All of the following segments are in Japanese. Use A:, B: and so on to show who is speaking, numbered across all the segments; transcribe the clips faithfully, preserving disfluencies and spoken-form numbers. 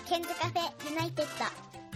A: ケンズカフェユナイテッド。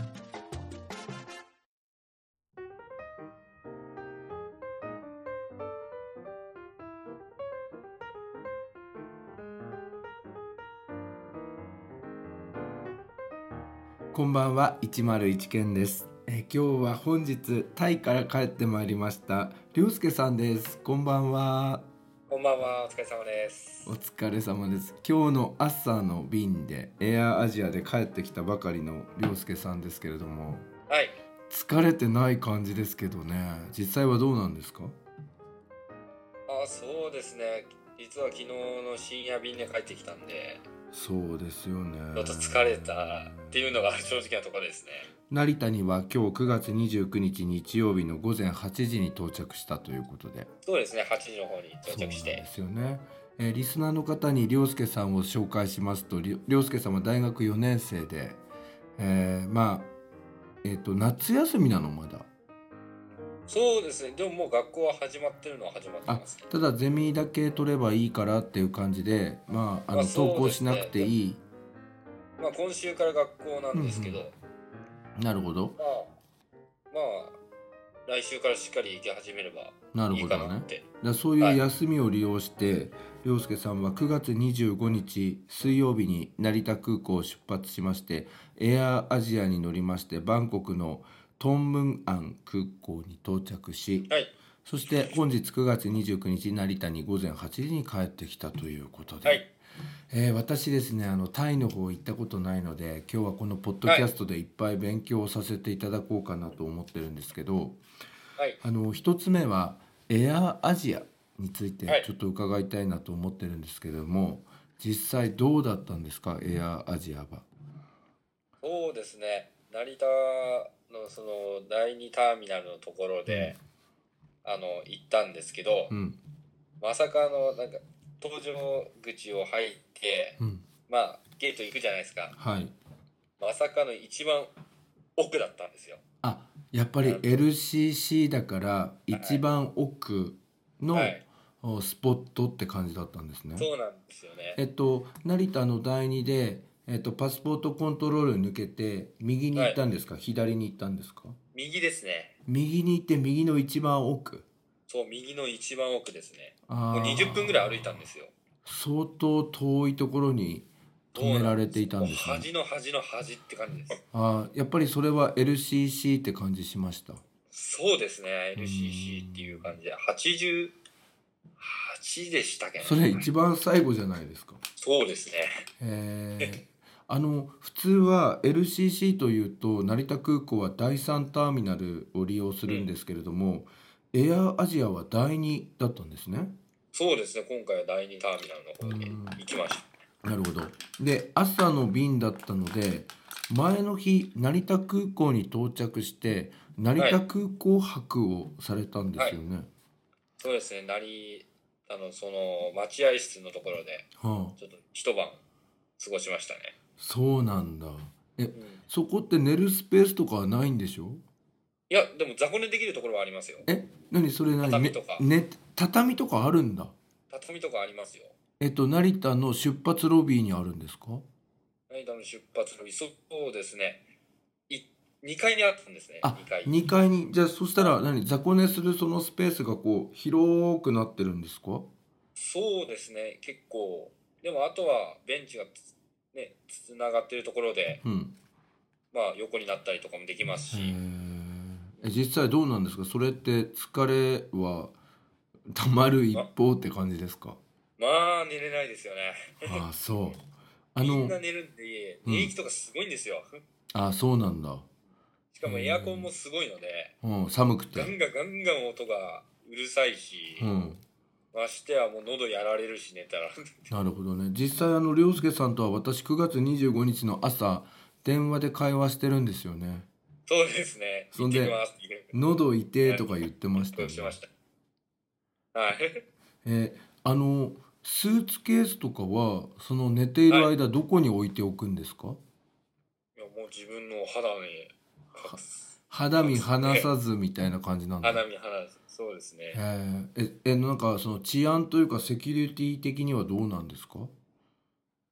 B: こんばんは、いちまるいちケンです。え今日は本日タイから帰ってまいりましたりょうすけさんです。こんばんは。
C: こんばんは、お疲れ様です。
B: お疲れ様です。今日の朝の便でエアアジアで帰ってきたばかりのりょうすけさんですけれども、
C: はい、
B: 疲れてない感じですけどね、実際はどうなんですか？
C: あ、そうですね。実は昨日の深夜便で帰ってきたんで、
B: そうですよね。
C: ちょっと疲れたっていうのが正直なところですね。
B: 成田には今日くがつにじゅうくにち日曜日のごぜんはちじに到着したということで。
C: そうですね、はちじの方に到着して。
B: そうなんですよね。えーリスナーの方にりょうすけさんを紹介しますと、りょりょうすけさんは大学よねん生で、えーまあえっ、と夏休みなのまだ。
C: そうですね、でももう学校は始まってるのは始まって
B: あ、
C: ますね。
B: ただゼミだけ取ればいいからっていう感じで、まああの
C: まあ
B: 登校しなくていい。
C: まあ今週から学校なんですけど、
B: うんうん、なるほど。
C: まあまあ来週からしっかり行き始めればいい
B: なるほどね。
C: かなって。
B: だそういう休みを利用して、りょうすけさんはくがつにじゅうごにち水曜日に成田空港を出発しまして、エアアジアに乗りましてバンコクのトンムンアン空港に到着し、
C: はい、
B: そして本日くがつにじゅうくにち成田にごぜんはちじに帰ってきたということで、
C: はい
B: えー私ですね、あのタイの方行ったことないので、今日はこのポッドキャストでいっぱい勉強をさせていただこうかなと思ってるんですけど、
C: はい
B: あの一つ目はエアアジアについ
C: はい
B: てちょっと伺いたいなと思ってるんですけれども、実際どうだったんですか、エアアジアは。
C: そうですね、成田のその第二ターミナルのところで、あの行ったんですけど、
B: うん
C: まさかのなんか搭乗口を入って、
B: うん、
C: まあゲート行くじゃないですか。
B: はい。
C: まさかの一番奥だったんですよ。
B: あ、やっぱり エルシーシー だから一番奥の、
C: はい、
B: おスポットって感じだったんですね。
C: そうなんですよね。
B: えっと成田の第二で、えっと、パスポートコントロール抜けて右に行ったんですか、左に行ったんですか？
C: 右ですね。
B: 右に行って右の一番奥。
C: そう、右の一番奥ですね。
B: あ
C: もうにじゅっぷんぐらい歩いたんですよ。
B: 相当遠いところに止められていたんですね。
C: もう端の端の端って感じです。
B: あやっぱりそれは エルシーシー って感じしました。
C: そうですね、 エルシーシー っていう感じではちじゅうはちでしたっけね。
B: それ一番最後じゃないですか。
C: そうですね。
B: えーあの普通は エルシーシー というと成田空港はだいさんターミナルを利用するんですけれども、エアアジアはだいにだったんですね。
C: そうですね、今回は第二ターミナルの方に行きました。
B: なるほど。で朝の便だったので、前の日成田空港に到着して成田空港泊をされたんですよね。はい、
C: そうですね、成田のその待合室のところで
B: はあ、
C: ちょっと一晩過ごしましたね。
B: そうなんだ。え、
C: うん、
B: そこって寝るスペースとかはないんでしょ？
C: いやでも雑魚寝できるところはありますよ。
B: え、何それ何？
C: 畳とか、
B: ねね、畳とかあるんだ。
C: 畳とかありますよ。
B: えっと成田の出発ロビーにあるんですか？
C: 成田の出発ロビー、そうですね、いにかいにあったんですね。
B: あ、
C: にかい
B: にかいに。じゃあそしたら何、雑魚寝するそのスペースがこう広くなってるんですか？
C: そうですね、結構。でもあとはベンチがつねつながってるところで、
B: うん、
C: まあ横になったりとかもできますし。
B: え実際どうなんですか？それって疲れはたまる一方って感じですか？
C: まあ寝れないですよね。
B: ああ、そう。あの
C: みんな寝るんで寝息とかすごいんですよ。
B: ああ、そうなんだ。
C: しかもエアコンもすごいので、
B: うん、寒くて
C: ガンガンガンガン音がうるさいし、
B: うん、
C: ましてはもう喉やられるし寝たら。
B: なるほどね。実際あの涼介さんとは私くがつにじゅうごにちの朝電話で会話してるんですよね。
C: そうですね。
B: そんで
C: 行ってきます
B: 喉痛えとか言ってましたね。
C: してました。はい。
B: えーあのスーツケースとかはその寝ている間どこに置いておくんですか？
C: いやもう自分の肌に隠す。
B: 肌身離さずみたいな感じなんだ。
C: 肌身離す。そうですね。
B: えーええなんかその治安というかセキュリティ的にはどうなんですか？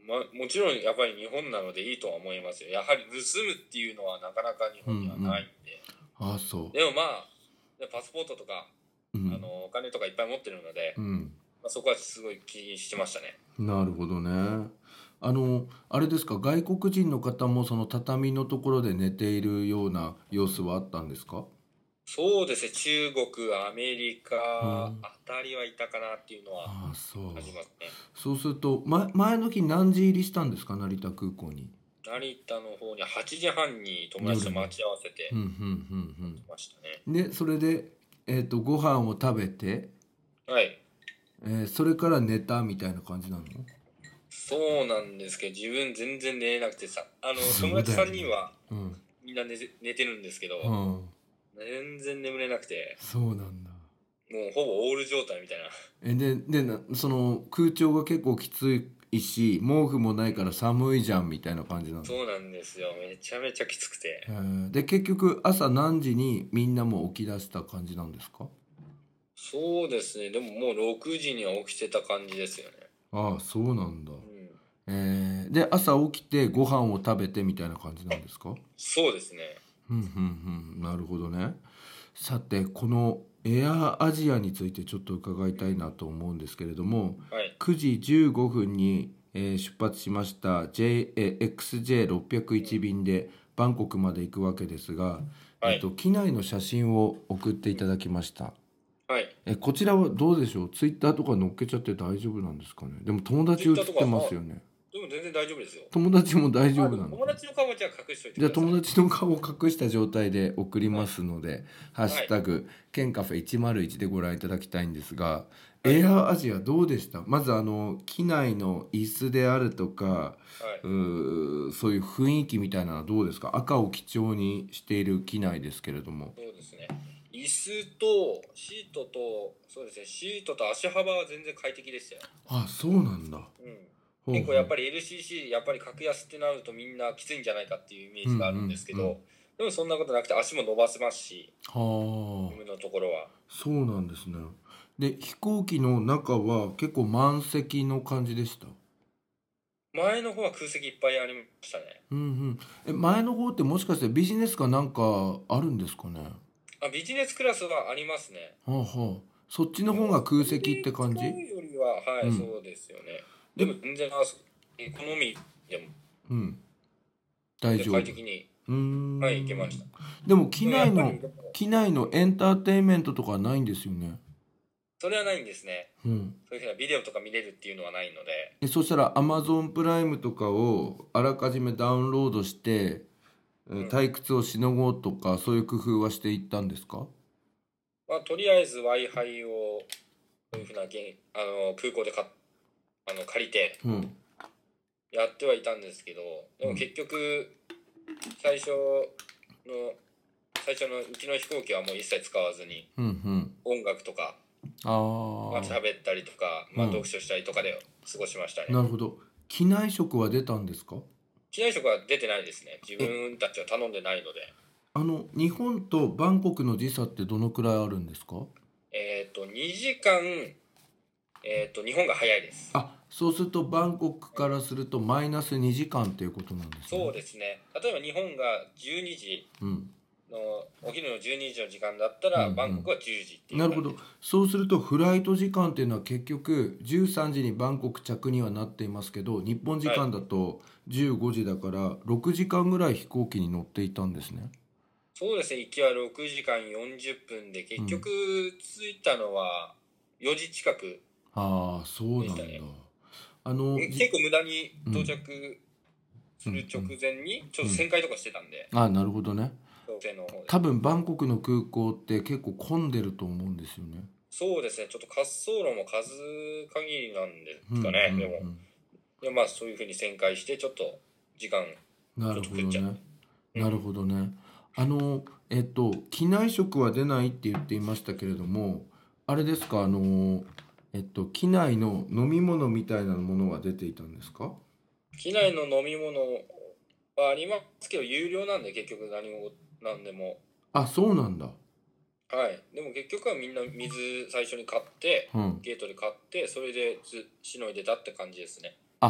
C: まあ、もちろんやっぱり日本なのでいいとは思いますよ。やはり盗むっていうのはなかなか日本にはないんで、
B: ああそう。
C: でもまあでパスポートとか、
B: うん
C: あのお金とかいっぱい持ってるので、
B: うん
C: まあ、そこはすごい気にしてましたね。
B: なるほどね。あのあれですか、外国人の方もその畳のところで寝ているような様子はあったんですか？
C: そうですね、中国、アメリカ
B: うん
C: あたりはいたかなっていうのは
B: ああそう。
C: 感じますね。
B: そうすると、ま、前の日何時入りしたんですか、成田空港に。
C: 成田の方にはちじはんに友達と待ち合わせて
B: うんうん
C: ましたね。
B: うんうん。でそれで、えー、とご飯を食べて、
C: はい、
B: えーそれから寝たみたいな感じなの？
C: そうなんですけど、自分全然寝れなくてさ、あの
B: そうだよね
C: 友達さんにんは
B: うん
C: みんな寝て寝てるんですけど、
B: うん
C: 全然眠れなくて、
B: そうなんだ。
C: もうほぼオール状態みたいな。
B: えででなその空調が結構きついし毛布もないから寒いじゃんみたいな感じなの？
C: そうなんですよ、めちゃめちゃきつくて。
B: えーで結局朝何時にみんなも起き出した感じなんですか？
C: そうですね、でももうろくじには起きてた感じですよね。
B: ああそうなんだ。
C: うん、
B: えーで朝起きてご飯を食べてみたいな感じなんですか？
C: そうですね。
B: うんうんうんなるほどね。さてこのエアアジアについてちょっと伺いたいなと思うんですけれども、
C: はい、
B: くじじゅうごふんに、えー出発しました ジェイエーエックスジェイろっぴゃくいち 便でバンコクまで行くわけですが、
C: はい
B: えっと、機内の写真を送っていただきました。
C: はい。
B: えこちらはどうでしょう？ツイッターとか載っけちゃって大丈夫なんですかね？でも友達写ってますよね。
C: でも全然大丈夫ですよ。
B: 友達も大丈
C: あ、
B: 夫なの？
C: でも友達の顔はじゃあ隠しといて
B: じゃあ
C: ください。
B: 友達の顔を隠した状態で送りますので、ハッシュタグケンカフェいちまるいちでご覧いただきたいんですが、
C: はい
B: エアアジアどうでした？まずあの機内の椅子であるとか、
C: は
B: う
C: い。
B: ーそういう雰囲気みたいなのはどうですか？赤を基調にしている機内ですけれども。
C: そうですね。椅子とシートと、そうですね、シートと足幅は全然快適でしたよ。
B: あ、そうなんだ。
C: うん。
B: ほうほう
C: 結構やっぱり エルシーシー、やっぱり格安ってなるとみんなきついんじゃないかっていうイメージがあるんですけど、
B: うんうんうん
C: でもそんなことなくて足も伸ばせますし、
B: はあ、
C: 自分のところは。
B: そうなんですね。で飛行機の中は結構満席の感じでした？
C: 前の方は空席いっぱいありましたね。
B: うんうん。え、前の方ってもしかしてビジネスかなんかあるんですかね？
C: あ、ビジネスクラスはありますね。
B: はあはあ。そっちの方が空席って感じ？
C: それよりは、はい、
B: うん
C: そうですよね。でも全然、あそエコノミーでも
B: うん。
C: 全然
B: 大丈夫。
C: 快適に、
B: うーん。
C: はい、行けました。
B: でも機内の
C: でもやっぱり、でも
B: 機内のエンターテインメントとかはないんですよね。
C: それはないんですね。
B: うん。
C: そういうふうなビデオとか見れるっていうのはないので、
B: え、そしたら Amazon プライムとかをあらかじめダウンロードして、え
C: うん
B: 退屈をしのごうとかそういう工夫はしていったんですか？
C: まあ、とりあえず Wi-Fi を、そういうふうなげんあの空港でかあの借りて
B: うん。
C: やってはいたんですけど、でも結局、最初の、最初のうちの飛行機はもう一切使わずに、
B: うんうん。
C: 音楽とか、
B: あ
C: まあ、
B: あ。
C: 喋ったりとか、まあ、
B: うん
C: 読書したりとかで過ごしましたね。
B: なるほど。機内食は出たんですか？
C: 機内食は出てないですね。自分たちは頼んでないので。
B: あの日本とバンコクの時差ってどのくらいあるんですか？
C: えっと、にじかん、えっと、日本が早いです。
B: あ、そうするとバンコクからするとマイナスにじかんっていうことなんですね。
C: そうですね。例えば日本がじゅうにじ
B: うん。
C: の、お昼のじゅうにじの時間だったら、
B: うんうん
C: バンコクはじゅうじっていう
B: なるほど。
C: 感じです。
B: そうするとフライト時間っていうのは結局じゅうさんじにバンコク着にはなっていますけど、日本時間だとじゅうごじだからろくじかんぐらい飛行機に乗っていたんですね。
C: そうですね。行きはろくじかんよんじゅっぷんで、結局着いたのはよじ近く。
B: ああ、そうなんだ。
C: でしたね
B: あの、じ
C: 結構無駄に到着する直前に、ちょっと旋回とかしてたんで、
B: あ、なるほどね。
C: 調整の方で。
B: 多分バンコクの空港って結構混んでると思うんですよね。
C: そうですね。ちょっと滑走路も数限りなんですかね。
B: うんうんうん
C: でも、でまあそういうふうに旋回して、ちょっと時間、
B: なるほど
C: ちょっと食っちゃう
B: ね。なるほどね。あの、えっと、機内食は出ないって言っていましたけれども、あれですか、あの、えっと、機内の飲み物みたいなものは出ていたんですか？
C: 機内の飲み物はありますけど、有料なんで結局何も、なんでも。
B: あ、そうなんだ。
C: はい。でも結局はみんな水最初に買って、
B: うん。
C: ゲートで買って、それでつしのいでたって感じですね。
B: あ、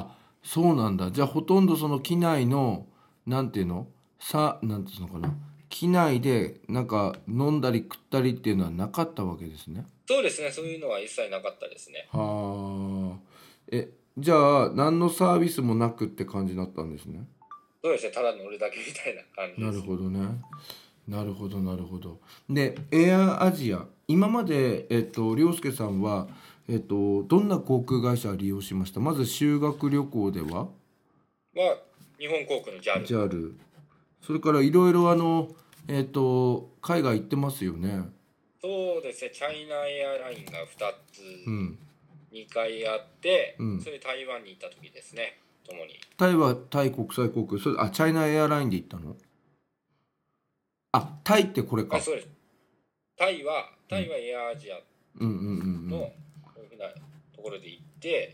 B: そうなんだ。じゃあほとんどその機内のなんていうのさなんていうのかな、機内でなんか飲んだり食ったりっていうのはなかったわけですね。
C: そうですね、そういうのは一切なかったですね。
B: はあ。え、じゃあ何のサービスもなくって感じだったんですね。
C: そうですね、ただ乗るだけみたいな感じ
B: な
C: です。
B: るほどね。なるほどなるほど。で、エアアジア、今までえっと涼介さんはえっとどんな航空会社を利用しました？まず修学旅行では
C: まあ、日本航空の ジャル。
B: ジャル、それからいろいろあのえっと海外行ってますよね。
C: そうですね、チャイナエアラインがふたつ、
B: うん。
C: にかいあって、
B: うん。
C: それで台湾に行った時ですね、ともに。
B: タイはタイ国際航空、それあチャイナエアラインで行ったの？あ、タイってこれ
C: あ、
B: か。
C: そうです。タイは、
B: うん。
C: タイはエアアジア
B: うんうんうん
C: のこういうふうなところで行って、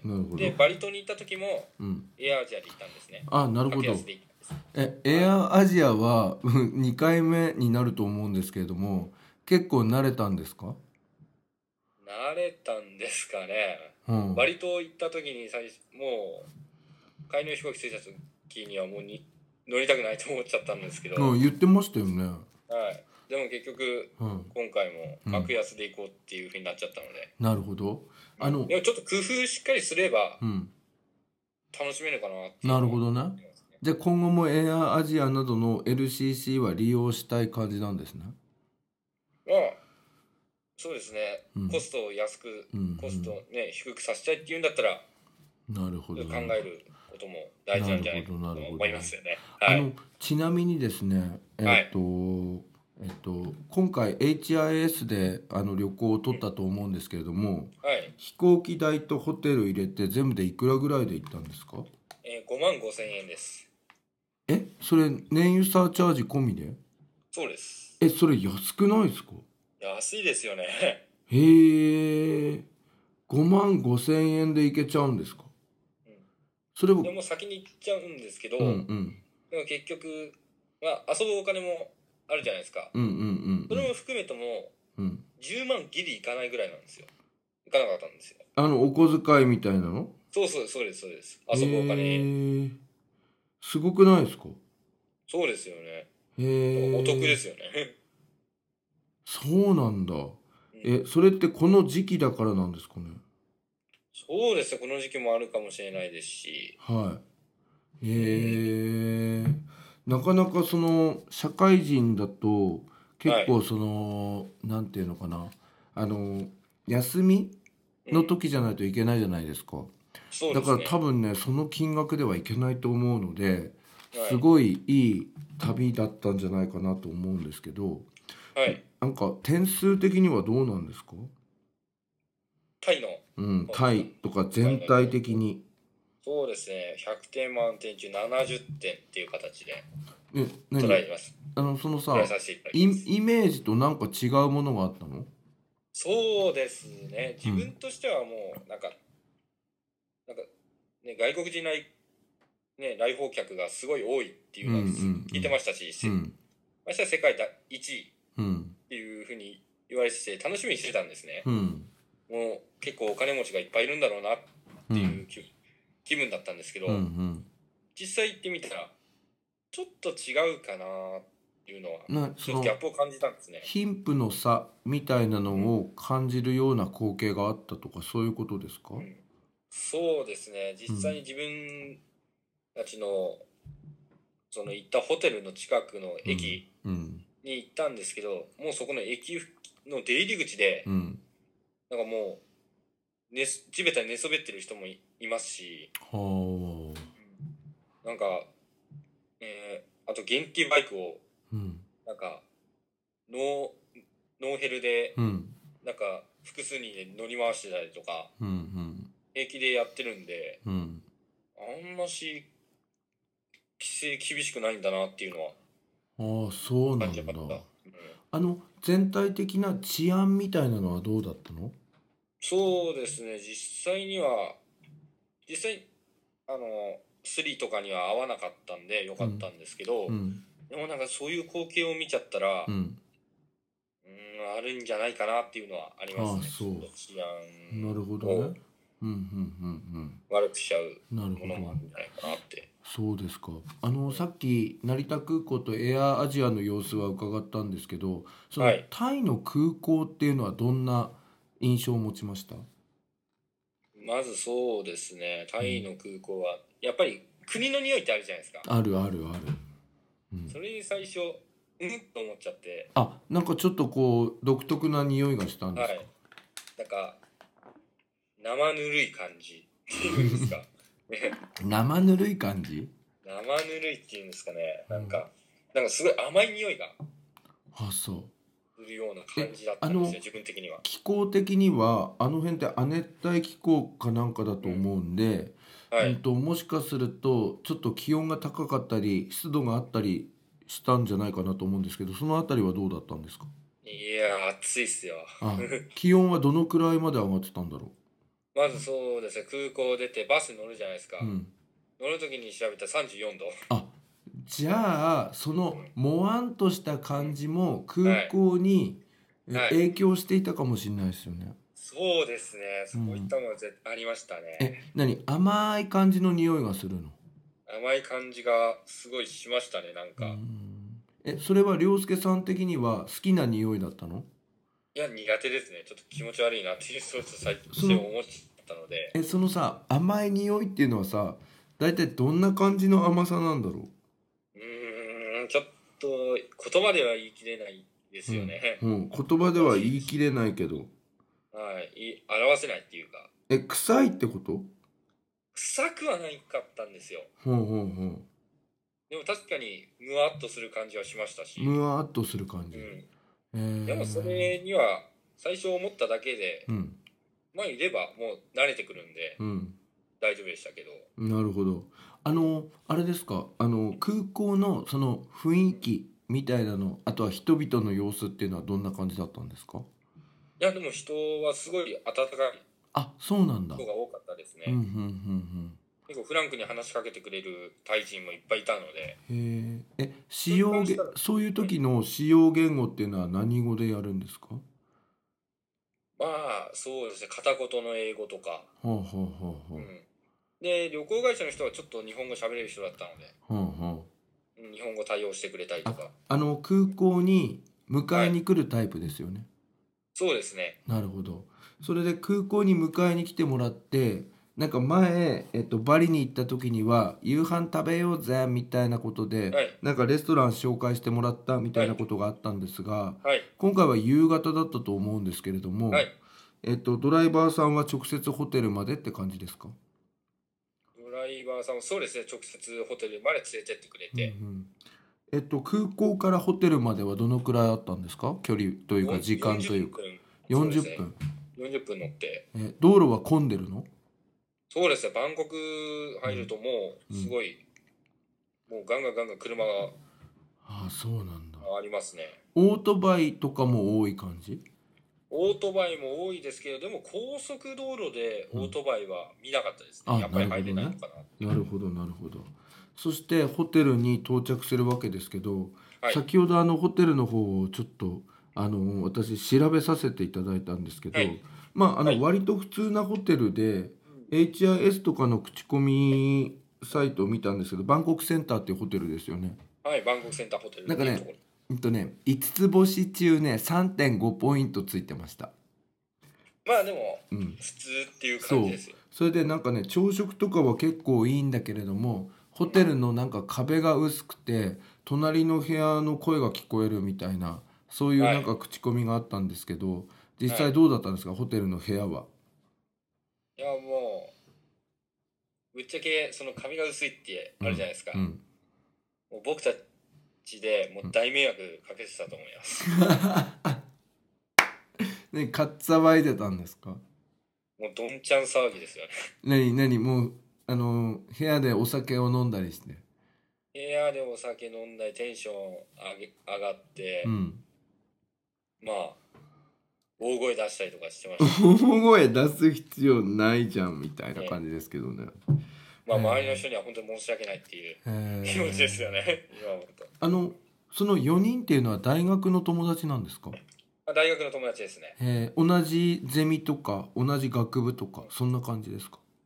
B: うん。なるほど。
C: で、バリ島に行った時も
B: うん。
C: エアアジアで行ったんですね。
B: あ、なるほど。
C: 格安で行ったんです。
B: え、エ
C: はい。
B: アアジアはにかいめになると思うんですけれども、結構慣れたんですか？
C: 慣れたんですかね。
B: うん。
C: バリ島行った時に最初、もう、帰りの飛行機着いた時にはもうに乗りたくないと思っちゃったんですけど、
B: うん、言ってましたよね。
C: はい。でも結局、
B: うん。
C: 今回も
B: うん。
C: 格安で行こうっていう風になっちゃったので、
B: なるほど。
C: うん。
B: あの、
C: でもちょっと工夫しっかりすれば
B: うん。
C: 楽しめるかなっていうのは
B: なるほどね。
C: ありますね。
B: じゃあ今後もエアアジアなどの エルシーシー は利用したい感じなんですね。
C: まあ、そうですね。
B: うん。
C: コストを安く、
B: う
C: コストを
B: ん
C: ね、低くさせたいっていうんだったら、
B: うん。なるほど、
C: 考
B: なるほど。
C: えることも大事なんじゃないか
B: なるほど、な
C: と
B: るほど。
C: 思いますよね。はい。
B: あの、ちなみにですね、えっ
C: はい。
B: と、えっと、今回 エイチアイエス であの旅行を取っ
C: うん。
B: たと思うんですけれども、
C: はい。
B: 飛行機代とホテル入れて全部でいくらぐらいで行ったんですか？
C: えー、ごまんごせんえんです。
B: え、それ燃油サーチャージ込みで？
C: そうです。
B: え、それ安くないですか？
C: 安いですよね。
B: へえ、ごまんごせんえんで行けちゃうんですか？
C: うん。
B: それを、
C: でも先に行っちゃうんですけど、
B: うんうん。
C: でも結局、まあ、遊ぶお金もあるじゃないですか。
B: うんうんうん
C: それも含めても、
B: うん。うん。
C: じゅうまんギリいかないぐらいなんですよ。いかなかったんですよ。
B: あの、お小遣いみたいなの？
C: そうそう、そうです、そうです。遊ぶお金。
B: へえ、すごくないですか？
C: そうですよね。
B: へ
C: だからお得で
B: え、
C: すよね。
B: そうなんだ。
C: うん。
B: え、それってこの時期だからなんですかね。
C: そうですね、この時期もあるかもしれないですし。
B: はい。
C: うん。
B: へえ、なかなかその社会人だと結
C: はい。
B: 構そのなんていうのかな、あの休み
C: うん。
B: の時じゃないといけないじゃないですか。
C: そう
B: だから多
C: ですね。
B: 分ねその金額ではいけないと思うので、
C: はい。
B: すごいいい旅だったんじゃないかなと思うんですけど、
C: はい。
B: なんか点数的にはどうなんですか？
C: タイの
B: うん、
C: 方ですか？
B: タイとか
C: 今回の
B: 全体
C: 旅行。
B: 的に。
C: そうですね、ひゃくてん満点中ななじゅってんっていう形で
B: え、何
C: 捉えてます。
B: あの、そのさ、
C: 捉えさせていただき
B: イ、
C: ます。
B: イメージとなんか違うものがあったの？
C: そうですね、自分
B: うん。
C: としてはもう、なんか、なんか、ね、外国人来、ね、来訪客がすごい多いってい
B: うんう
C: うのはす聞いて
B: ん
C: ましたし、せ
B: うん。
C: ましては世界第一位
B: うん。
C: っていうふうに言われてて楽しみにしてたんですね。
B: うん。
C: もう結構お金持ちがいっぱいいるんだろうなっ
B: うん。
C: ていう気気分だったんですけ
B: うん。う
C: ど、
B: ん。
C: 実際行ってみたら、ちょっと違うかなっていうのは、
B: な、そ
C: ちょっとギャ
B: の、
C: ップを感じたんですね。
B: 貧富の差みたいな
C: うん。
B: のを感じるような光景があったとか、そういうことですか？
C: うん。そうですね。実
B: うん。
C: 際に自分たちの、その行ったホテルの近くの
B: うん。
C: 駅
B: うん。
C: に行ったんですけど、もうそこの駅の出入り口で、
B: うん。
C: なんかもう、寝す地べたに寝そべってる人もい、いますし、
B: はあ。
C: なんか、えーあと原付バイクを、
B: うん。
C: なんか、ノー、ノーヘルで、
B: うん。
C: なんか、複数人で乗り回してたりとか、
B: うん。
C: 平気でやってるんで、
B: うん。
C: あんまし、規制厳しくないんだなっていうのは
B: ああ、そうな
C: 感じ
B: んだ。
C: ました。うん。
B: あの、全体的な治安みたいなのはどうだったの？
C: そうですね、実際には、実際、あの、スリーとかには合わなかったんでよ
B: うん。
C: かったんですけど、
B: うん。
C: でもなんかそういう光景を見ちゃったら、
B: うん。
C: うーん、あるんじゃないかなっていうのはありま
B: ああ、
C: すね。ち
B: そ
C: ょっと治安
B: う。なるほどね。
C: を。
B: うん、うん、うん、うん。
C: 悪くしちゃう
B: なるほど。
C: ものもあるんじゃないかなって。
B: そうですか。あのさっき成田空港とエアアジアの様子は伺ったんですけど、その
C: はい。
B: タイの空港っていうのはどんな印象を持ちました？
C: まずそうですね、タ
B: うん、
C: イの空港は、やっぱり国の匂いってあるじゃないですか。
B: あるあるある。うん。
C: それに最初、うんと思っちゃって、
B: あ、なんかちょっとこう独特な匂いがしたんですか？
C: はい。なんか、生ぬるい感じっていうんですか。ね、
B: 生ぬるい感じ？
C: 生ぬるいっていうんですかね。
B: うん。
C: なんか、なんかすごい甘い匂いが
B: あ、そう。
C: するような
B: え、
C: 感じだっ
B: あの
C: たんですよ、自分的には。
B: 気候的にはあの辺って亜熱帯気候かなんかだと
C: うん。
B: 思うんで、
C: はい。
B: うんと、もしかするとちょっと気温が高かったり湿度があったりしたんじゃないかなと思うんですけど、そのあたりはどうだったんですか？
C: いや、暑いっすよ。
B: あ、気温はどのくらいまで上がってたんだろ
C: まずそうですね、空港出てバス乗るじゃないです
B: う？う
C: か。
B: ん。
C: 乗るときに調べたらさんじゅうよんど。
B: あ、じゃあその
C: うん。
B: もわんとした
C: うん。
B: 感じも空
C: はい。
B: 港にえ
C: はい。
B: 影響していたかもしれないですよね。
C: そうですね。そういっ
B: うん。
C: たものは絶ありました
B: え、
C: ね。
B: 何、甘い感じの匂いがするの？
C: 甘い感じがすごいしましたね、なん
B: うー
C: か。
B: ん。え、それは涼介さん的には好きな匂いだったの？
C: いや、苦手ですね。ちょっと気持ち悪いなっていう、そうちょっと最
B: その、
C: 初思っちゃったので。
B: え、そのさ、甘い匂いっていうのはさ、大体どんな感じの甘さなんだろ
C: うーん、ちょっと言葉では言い切れないで
B: う？うん。
C: すよね。
B: うん。言葉では
C: 難しいです。
B: 言い切れないけど。
C: はい。い表せないっていうか、
B: え、臭いってこと？
C: 臭くはないかったんですよ。
B: ほうほうほう。
C: でも確かにむわっとする感じはしましたし、
B: むわーっとする感じ。
C: うん。
B: え
C: でもそ
B: ー。
C: れには最初思っただけで、
B: うん。
C: まあいればもう慣れてくるんで
B: うん。
C: 大丈夫でしたけど、
B: なるほど。あの、あれですか、あの、空港のその雰囲
C: うん。い
B: 気みたいなの、あとは人々の様子っていうのはどんな感じだったんですか？
C: や、でも人はすごい温かい
B: あ、そうなんだ。
C: 人が多かったです
B: うん、うん、う
C: ね。
B: ん、
C: 結構フランクに話しかけてくれるタイ人もいっぱいいたので、
B: うん。へえ。え、
C: それに
B: 使用げ、
C: 関したら、
B: そういう
C: うん。
B: 時の使用言語っていうのは何語でやるんですか？は
C: まあ、そうですね、片言の英語とか、
B: あ、はあ、はあ、は
C: うん。で、旅行会社の人はちょっと日本語喋れる人だったので、
B: あ。はあ、は
C: うん、日本語対応してくれたり
B: あ。あ、
C: とか。
B: あの、空港に迎え
C: はい。
B: に来るタイプですよね。
C: そうですね。
B: なるほど。それで空港に迎えに来てもらって、なんか前、えっと、バリに行った時には、夕飯食べようぜみたいなことで、
C: はい。
B: なんかレストラン紹介してもらったみた
C: はい。
B: いなことがあったんですが、
C: はい。
B: 今回は夕方だったと思うんですけれども、
C: はい。
B: えっと、ドライバーさんは直接ホテルまでって感じですか？
C: ドライバーさんもそうですね、直接ホテルまで連れてってくれ
B: うんう
C: て、
B: ん。えっと、空港からホテルまではどのくらいあったんですか？距離というか
C: よん
B: 時間
C: 40
B: というか。
C: 分、そうで
B: 40
C: すね、
B: 分。
C: よんじゅっぷん乗って、
B: え、道路は混んでるの？
C: そうですね、バンコク
B: うん。
C: 入るともう、
B: うん。
C: すごい、もうガンガンガンガン車が
B: ああ、そうなんだ。
C: ありますね。
B: オートバイとかも多い感じ？
C: オートバイも多いですけど、でも高速道路で
B: うん。
C: オートバイは見なかったですね。
B: あ、
C: やっぱ
B: な
C: り入れない
B: るほどね。
C: のかなっていう。
B: なるほど、なるほど。そしてホテルに到着するわけですけど、
C: はい。
B: 先ほどあのホテルの方をちょっとあの私調べさせていただいたんですけど、
C: はい。
B: まああ
C: はい。
B: の割と普通なホテルで
C: うん。
B: エイチアイエス とかの口コミサイトを見たんですけど、バンコクセンターっていうホテルですよね。
C: はい。バンコクセンターホテルっ
B: なんかね、
C: ていうところ。
B: うんとね、いつつ星中ね、さんてんごポイントついてました。
C: まあでも、
B: うん。
C: 普通っていう感じ
B: そう。
C: ですよ。
B: それでなんかね、朝食とかは結構いいんだけれども、ホ
C: うん。
B: テルのなんか壁が薄くて、隣の部屋の声が聞こえるみたいな、そういう
C: はい。
B: なんか口コミがあったんですけど、実
C: はい。
B: 際どうだったんですか、ホテルの部屋は？
C: いや、もう、ぶっちゃけ、その髪が薄いってあるじゃ
B: うん。
C: ないですか。
B: うん。
C: もう僕たちでもう
B: うん。
C: 大迷惑かけてたと思います。
B: ね、かっさばいてたんですか？
C: もうどんちゃん騒ぎですよね。
B: なになに、もう、あの、部屋でお酒を飲んだりして。
C: 部屋でお酒飲んだりテンション上げ、上がって、
B: うん。
C: まあ、大声出したりとかしてましたね。
B: 大声出す必要ないじゃんみたいな
C: ね。
B: 感じですけどね。
C: まあ、周りの
B: へ
C: 人には本当に申し訳ないっていう
B: え。へ
C: 気持ちですよ
B: え。
C: ね。今思うと。
B: あの、そのよにんっていうのは大学の友達なんですか？
C: まあ、大学の友達ですね。
B: えー同じゼミとか同じ学部とかそんな感じですか？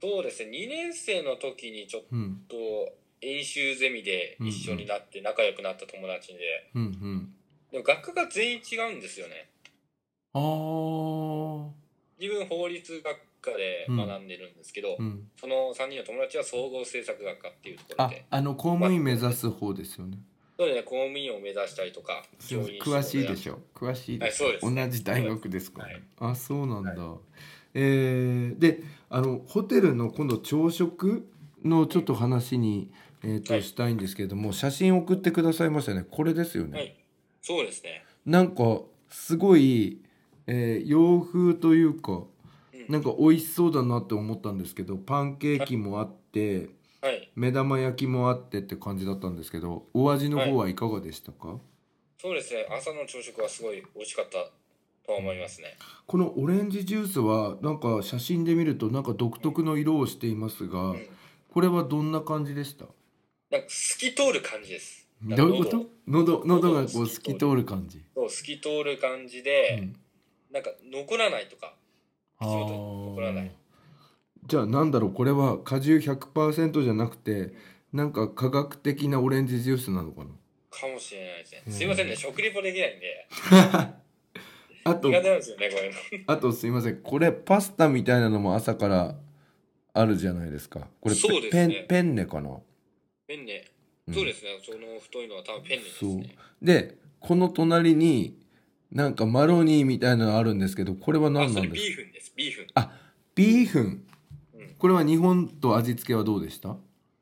C: そうですね、にねん生の時にちょっ
B: うん
C: と演習ゼミで一緒になって仲良くなった友達で、
B: うんうん
C: でも学科が全員違うんですよね。
B: あー
C: 自分法律学科で学んでるんですけど、
B: うん
C: そのさんにんの友達は総合政策学科っていうところ
B: あ
C: で、
B: あの公務員目指す方ですよね。
C: そうですね、公務員を目指したりとか、
B: すいません
C: 教員
B: 詳しいでし
C: ょ。
B: ょ詳しい
C: はい、
B: でしょ、
C: そうですね。
B: 同じ大学ですか、
C: はい、
B: あそうなんだ、
C: は
B: えー、であのホテルの今度朝食のちょっと話に、えーと
C: はい
B: したいんですけれども、写真送ってくださいましたね。これですよね、
C: はい、そうですね。
B: なんかすごい、えー洋風というか
C: うん
B: なんか美味しそうだなって思ったんですけど、パンケーキもあって
C: はい
B: 目玉焼きもあってって感じだったんですけど、お味の方はいかがでしたか？
C: そうですね、朝の朝食はすごい美味しかったと思いますね。
B: このオレンジジュースはなんか写真で見るとなんか独特の色をしていますが、
C: うん、
B: これはどんな感じでした？
C: なんか透き通る感じです。
B: どういうこと？喉喉がこう
C: 喉を
B: 透き通る感じ。
C: そう透き通る感じ
B: う
C: で、
B: ん、
C: なんか残らないとか、
B: あ
C: 口元に残らない。
B: ーじゃあなんだろう、これは果汁 ひゃくパーセント じゃなくてなんか科学的なオレンジジュースなのかな。
C: かもしれないですね。
B: うん
C: すいませんね、食レポできないんで。
B: あと
C: 苦手なんですよね、これ。
B: あとすいません、これパスタみたいなのも朝からあるじゃないですか。これ
C: そうですね
B: ペンペンネかな。
C: ペンネ。
B: うん
C: そうですね、その太いのは多分ペンネです
B: そう
C: ね。
B: でこの隣になんかマロニーみたいなのあるんですけど、これは
C: あ、
B: 何
C: それ
B: なんですか？
C: ビーフンです、ビーフン。
B: あ、ビーフン。
C: うん
B: これは日本と味付けはどうでした？
C: う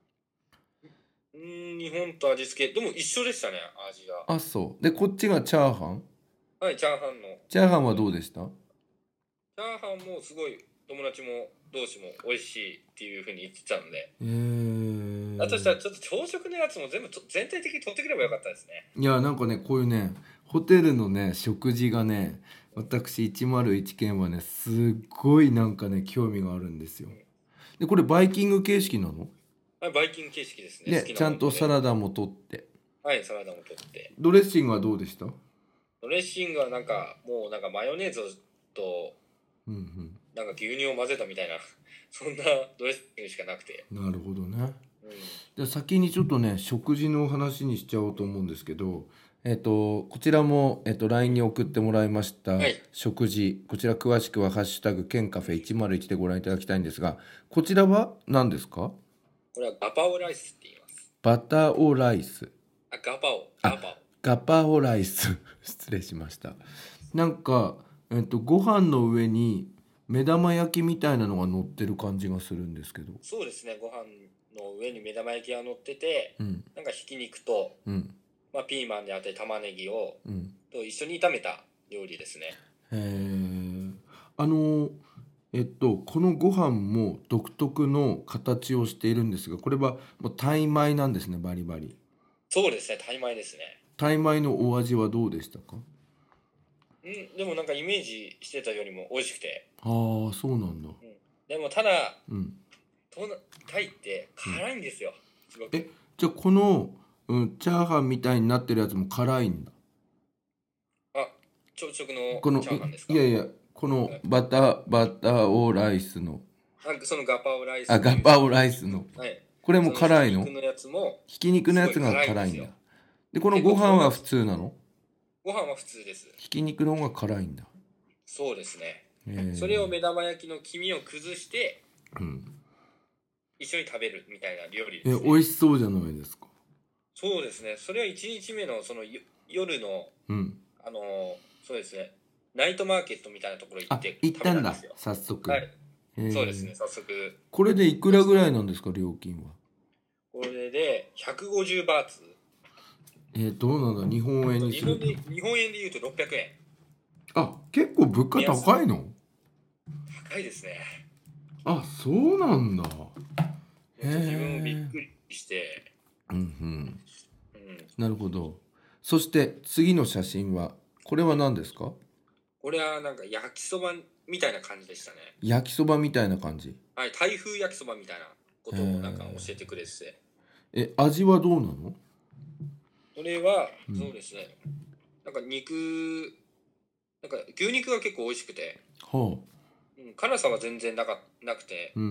C: ーん、日本と味付け、でも一緒でしたね、味が。
B: あ、そうでこっちがチャーハン。
C: はい、チャーハンの。
B: チャーハンはどうでした？
C: チャーハンもすごい友達も同士も美味しいっていう風に言ってたので、
B: えー、
C: だとしたらちょっと朝食のやつも全部と全体的に取ってくればよかったですね。
B: いやなんかねこういうねホテルのね食事がね、私いちまるいち軒はねすっごいなんかね興味があるんですよ。でこれバイキング形式なの？
C: はい、バイキング形式ですね。
B: ね
C: 好きな
B: ちゃんとサ
C: ラ
B: ラダも取って。
C: はい、サラダも取って。
B: ドレッシングはどうでした？
C: ドレッシングはなんかもうなんかマヨネーズと
B: うんうん
C: なんか牛乳を混ぜたみたいなそんなドレッシングしかなくて、
B: なるほどね。
C: うん、
B: で先にちょっとね食事の話にしちゃおうと思うんですけど、えっとこちらも、えっと、ライン に送ってもらいました
C: はい
B: 食事、こちら詳しくは「ハッシュタグケンカフェいちまるいち」でご覧いただきたいんですが、こちらは何ですか？
C: これはガパオライスって言います。
B: バターオライス。
C: あ、ガパオ
B: あ
C: ガパオ
B: ガパオライス失礼しました。なんか、えっと、ご飯の上に目玉焼きみたいなのが乗ってる感じがするんですけど。
C: そうですね、ご飯の上に目玉焼きが乗ってて、
B: うん
C: なんかひき肉と、
B: うん
C: まあ、ピーマンであったり玉ねぎを
B: うん
C: と一緒に炒めた料理ですね。
B: へえ。あのえっとこのご飯も独特の形をしているんですが、これはもうタイ米なんですね、バリバリ。
C: そうですね、タイ米ですね。
B: タイ米のお味はどうでしたか？
C: うん、でもなんかイメージしてたよりも美味しくて、
B: ああそうなんだ。
C: うん、でもただ
B: うん。
C: となタイって辛いんですよ、すごく。
B: えじゃあこの、うん、チャーハンみたいになってるやつも辛いんだ。
C: あ、朝食の
B: この
C: チャーハンですか？
B: いやいやこのバターバターオライスの
C: あ、そのガパオライス。
B: あガパオライスの
C: はい。
B: これも辛いの？
C: そひき肉のやつも、
B: ひき肉のやつが辛いんだ。
C: すごい辛いんですよ。
B: でこのご飯は普通なの？
C: ご飯は普通です。
B: ひき肉の方が辛いんだ。
C: そうですね。
B: へー
C: それを目玉焼きの黄身を崩して
B: うん
C: 一緒に食べるみたいな料理
B: え
C: ですね。
B: 美味しそうじゃないですか。
C: そうですね。それはいちにちめのそのよ夜の
B: うん
C: あのーそうですね。ナイトマーケットみたいなところ行
B: あ
C: って
B: 行ったんだ
C: 食べですよ。
B: 早速。
C: はい。
B: へー
C: そうですね。早速
B: これでいくらぐらいなんですか料金は？
C: これでひゃくごじゅうバーツ。
B: えー、どうなんだ日本円にすると。
C: 日本で日本円で言うとろっぴゃくえん。
B: あ結構物価高いの？
C: 高いですね。
B: あそうなんだ。へー
C: 自分もびっくりして、
B: うんうん
C: うん、
B: なるほど。そして次の写真はこれは何ですか？
C: これはなんか焼きそばみたいな感じでしたね。
B: 焼きそばみたいな感じ。
C: はい、台風焼きそばみたいなことをなんか教えてくれてて、
B: え味はどうなの？
C: それは、
B: うん
C: そうですね、なんか肉なんか牛肉が結構美味しくて、
B: はあ
C: うん、辛さは全然なかなくて、
B: うん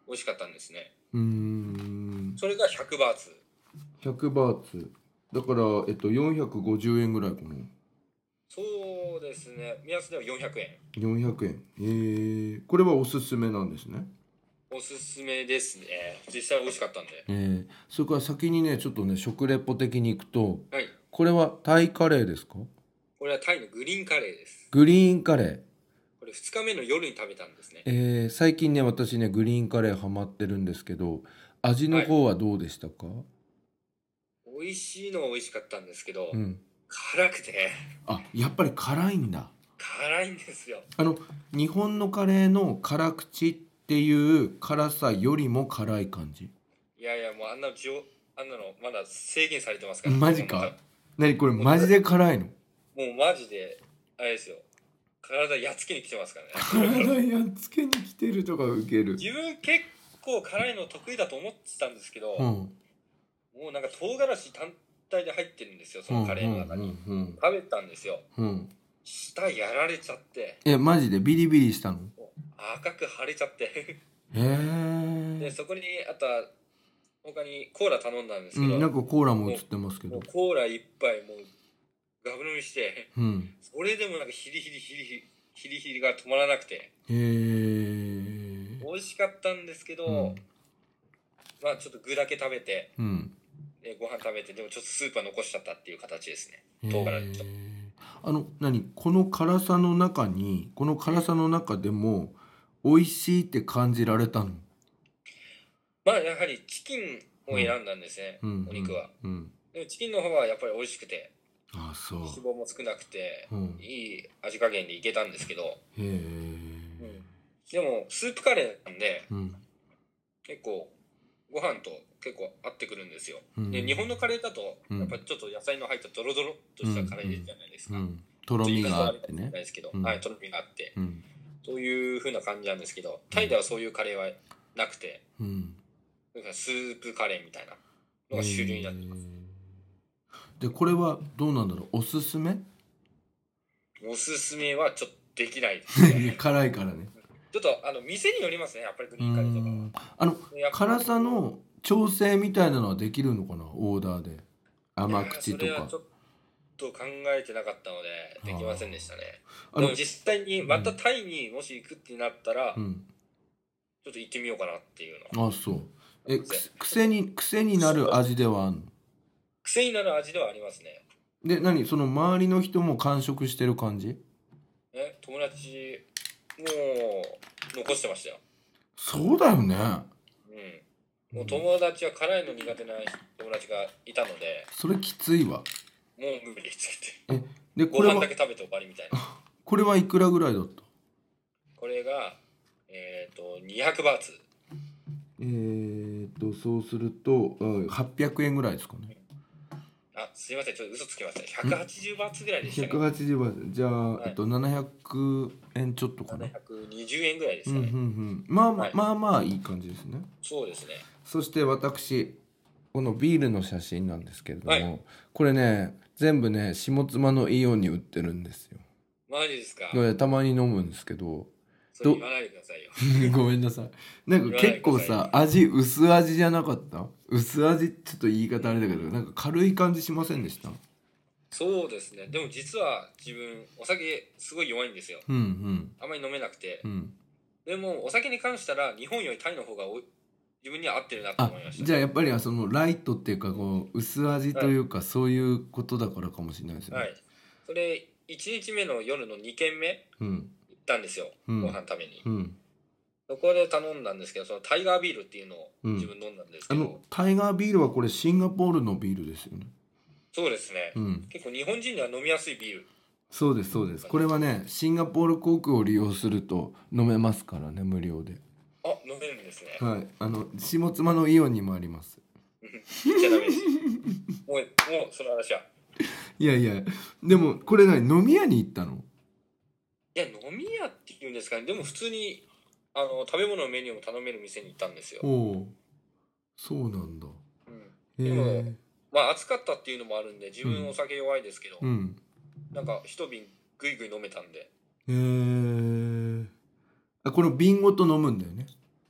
C: 美味しかったんですね。
B: うーん。
C: それがひゃくバーツ。
B: ひゃくバーツ。だから、えっと、よんひゃくごじゅうえんぐらいかな。
C: そうですね。目安ではよんひゃくえん。
B: よんひゃくえん。えー、これはおすすめなんですね。
C: おすすめですね。実際美味しかったんで。
B: えー、それから先にね、ちょっとね、食レポ的にいくと、
C: はい。
B: これはタイカレーですか？
C: これはタイのグリーンカレーです。
B: グリーンカレー。
C: これふつかめの夜に食べたんですね。
B: えー、最近ね、私ね、グリーンカレーハマってるんですけど、味の方はどうでしたか？
C: 美味しいのは美味しかったんですけど、
B: うん。
C: 辛くて
B: あ、やっぱり辛いんだ。
C: 辛いんですよ。
B: あの、日本のカレーの辛口っていう辛さよりも辛い感じ？
C: いやいや、もうあんなじょあんなのまだ制限されてますから。
B: マジか。
C: 日本の
B: なにこれマジで辛いの？
C: もうマジであれですよ。体やっつけに来てますからね。
B: 体やっつけに来てるとかウケる。
C: 自分結構辛いの得意だと思ってたんですけど、
B: うん。
C: もうなんか唐辛子単体で入ってるんですよ、そのカレーの中に。
B: うんうん
C: 食べたんですよ。
B: うんうん。
C: 舌やられちゃって、
B: え、マジでビリビリしたの？
C: もう赤く腫れちゃって
B: へ
C: で、
B: え。
C: そこにあとは他にコーラ頼んだんです
B: うん、
C: けど、
B: なんかコーラも映ってますけど。
C: もうコーラ一杯もうガブ飲みして、
B: うん。
C: それでもなんかヒリヒリヒリヒリヒリヒリが止まらなくて、
B: へえ。
C: 美味しかったんですけど、
B: うん
C: まあちょっと具だけ食べて、
B: うん。
C: でご飯食べて、でもちょっとスープは残しちゃったっていう形ですね。
B: へ
C: 唐辛子と。
B: え。あの、何この辛さの中に、この辛さの中でも美味しいって感じられたの？
C: まあやはりチキンを選んだんですね、
B: うん。
C: お肉は。
B: うん。
C: でもチキンの方はやっぱり美味しくて、
B: あ、そう。
C: 脂肪も少なくて、
B: うん
C: いい味加減でいけたんですけど、
B: へえ。
C: でもスープカレーなんで、
B: うん。
C: 結構ご飯と結構合ってくるんですよ。
B: うん
C: で、日本のカレーだと、
B: うん
C: やっぱりちょっと野菜の入ったドロドロっとしたカレーじゃないですか。
B: うん。とろみがあってね。
C: ですけど、
B: うん
C: はい、とろみがあって、
B: うん。
C: そういう風な感じなんですけど、タイではそういうカレーはなくて、
B: うん。
C: だからスープカレーみたいなのが主流になってます。
B: えーで、これはどうなんだろう？おすすめ？
C: おすすめはちょっとできないですね。
B: 辛いからね。
C: ちょっとあの店によりますね、やっぱりグリ
B: う
C: ーンカレーとか
B: ん。
C: は。
B: あの、
C: やっぱ
B: 辛さの調整みたいなのはできるのかな？オーダーで。甘口とか
C: いやーそれはちょ。っと考えてなかったのでできませんでしたね。
B: あの
C: でも実際にまたタイにもし行くってなったら、
B: うん。
C: ちょっと行ってみようかなっていうの。
B: あ、そう。え、くせ癖に、癖になる味ではあんの？
C: 癖になる味ではありますね。
B: で、何その周りの人も完食してる感じ？
C: ね、友達もう残してましたよ。
B: そうだよね。
C: うん。もう友達は辛いの苦手な友達がいたので、
B: それきついわ。
C: もう無理つけて。
B: え、で、これは
C: ご飯だけ、食べて終わりみたいな。
B: これはいくらぐらいだった？
C: これが、えっと、にひゃくバーツ。
B: えーっと、そうすると、うんはっぴゃくえんぐらいですかね。
C: あ、すいません、ちょっと嘘つきました。ひゃくはちじゅうバーツぐらいでしたね。
B: ひゃくはちじゅうバーツ。じゃあ、
C: はい
B: えっと、ななひゃくえんちょっとかな。
C: ななひゃくにじゅうえんぐらいです
B: うんうんう
C: かね。
B: ん。まあまあ、
C: はい
B: まあまあいい感じですね。
C: そうですね。
B: そして私、このビールの写真なんですけれども、
C: はい
B: これね、全部ね、下妻のイオンに売ってるんですよ。
C: マジですか？
B: これたまに飲むんですけど、
C: それ言わないでくださいよ。
B: ごめんなさい。なんか結構さ、味、薄味じゃなかった？薄味、ちょっと言い方あれだけど、なんか軽い感じしませんでした？
C: そうですね。でも実は自分、お酒すごい弱いんですよ。
B: うんうん
C: あんまり飲めなくて。
B: うん。
C: でも、お酒に関したら、日本よりタイの方がお自分には合ってるなと
B: あ
C: 思いました。
B: じゃあやっぱりそのライトっていうかこう薄味というか、そういうことだからかもしれないですね。
C: はい。それ、いちにちめの夜のにけんめ
B: うん
C: 行ったんですよ。
B: うん
C: ご飯食べに。
B: うん。
C: そこで頼んだんですけど、そのタイガービールっていうのを
B: うん
C: 自分飲んだんですけど、
B: あのタイガービールはこれシンガポールのビールですよね。
C: そうですね、
B: うん
C: 結構日本人には飲みやすいビール。
B: そうですそうです。これはねシンガポール航空を利用すると飲めますからね、無料で。
C: あ、飲めるんですね。
B: はい、あの下妻のイオンにもあります。
C: 言っちゃダメです。もう、もうその話は。
B: いやいや、でもこれ何、飲み屋に行ったの？
C: いや、飲み屋っていうんですかね。でも普通にあの食べ物のメニューも頼める店に行ったんですよ。
B: おお、そうなんだ。
C: うん、
B: へ
C: でも
B: え。
C: まあ暑かったっていうのもあるんで、自分お酒弱いですけど、
B: うん
C: なんか一瓶ぐいぐい飲めたんで。
B: へえ。あ、この瓶ごと飲むんだよね。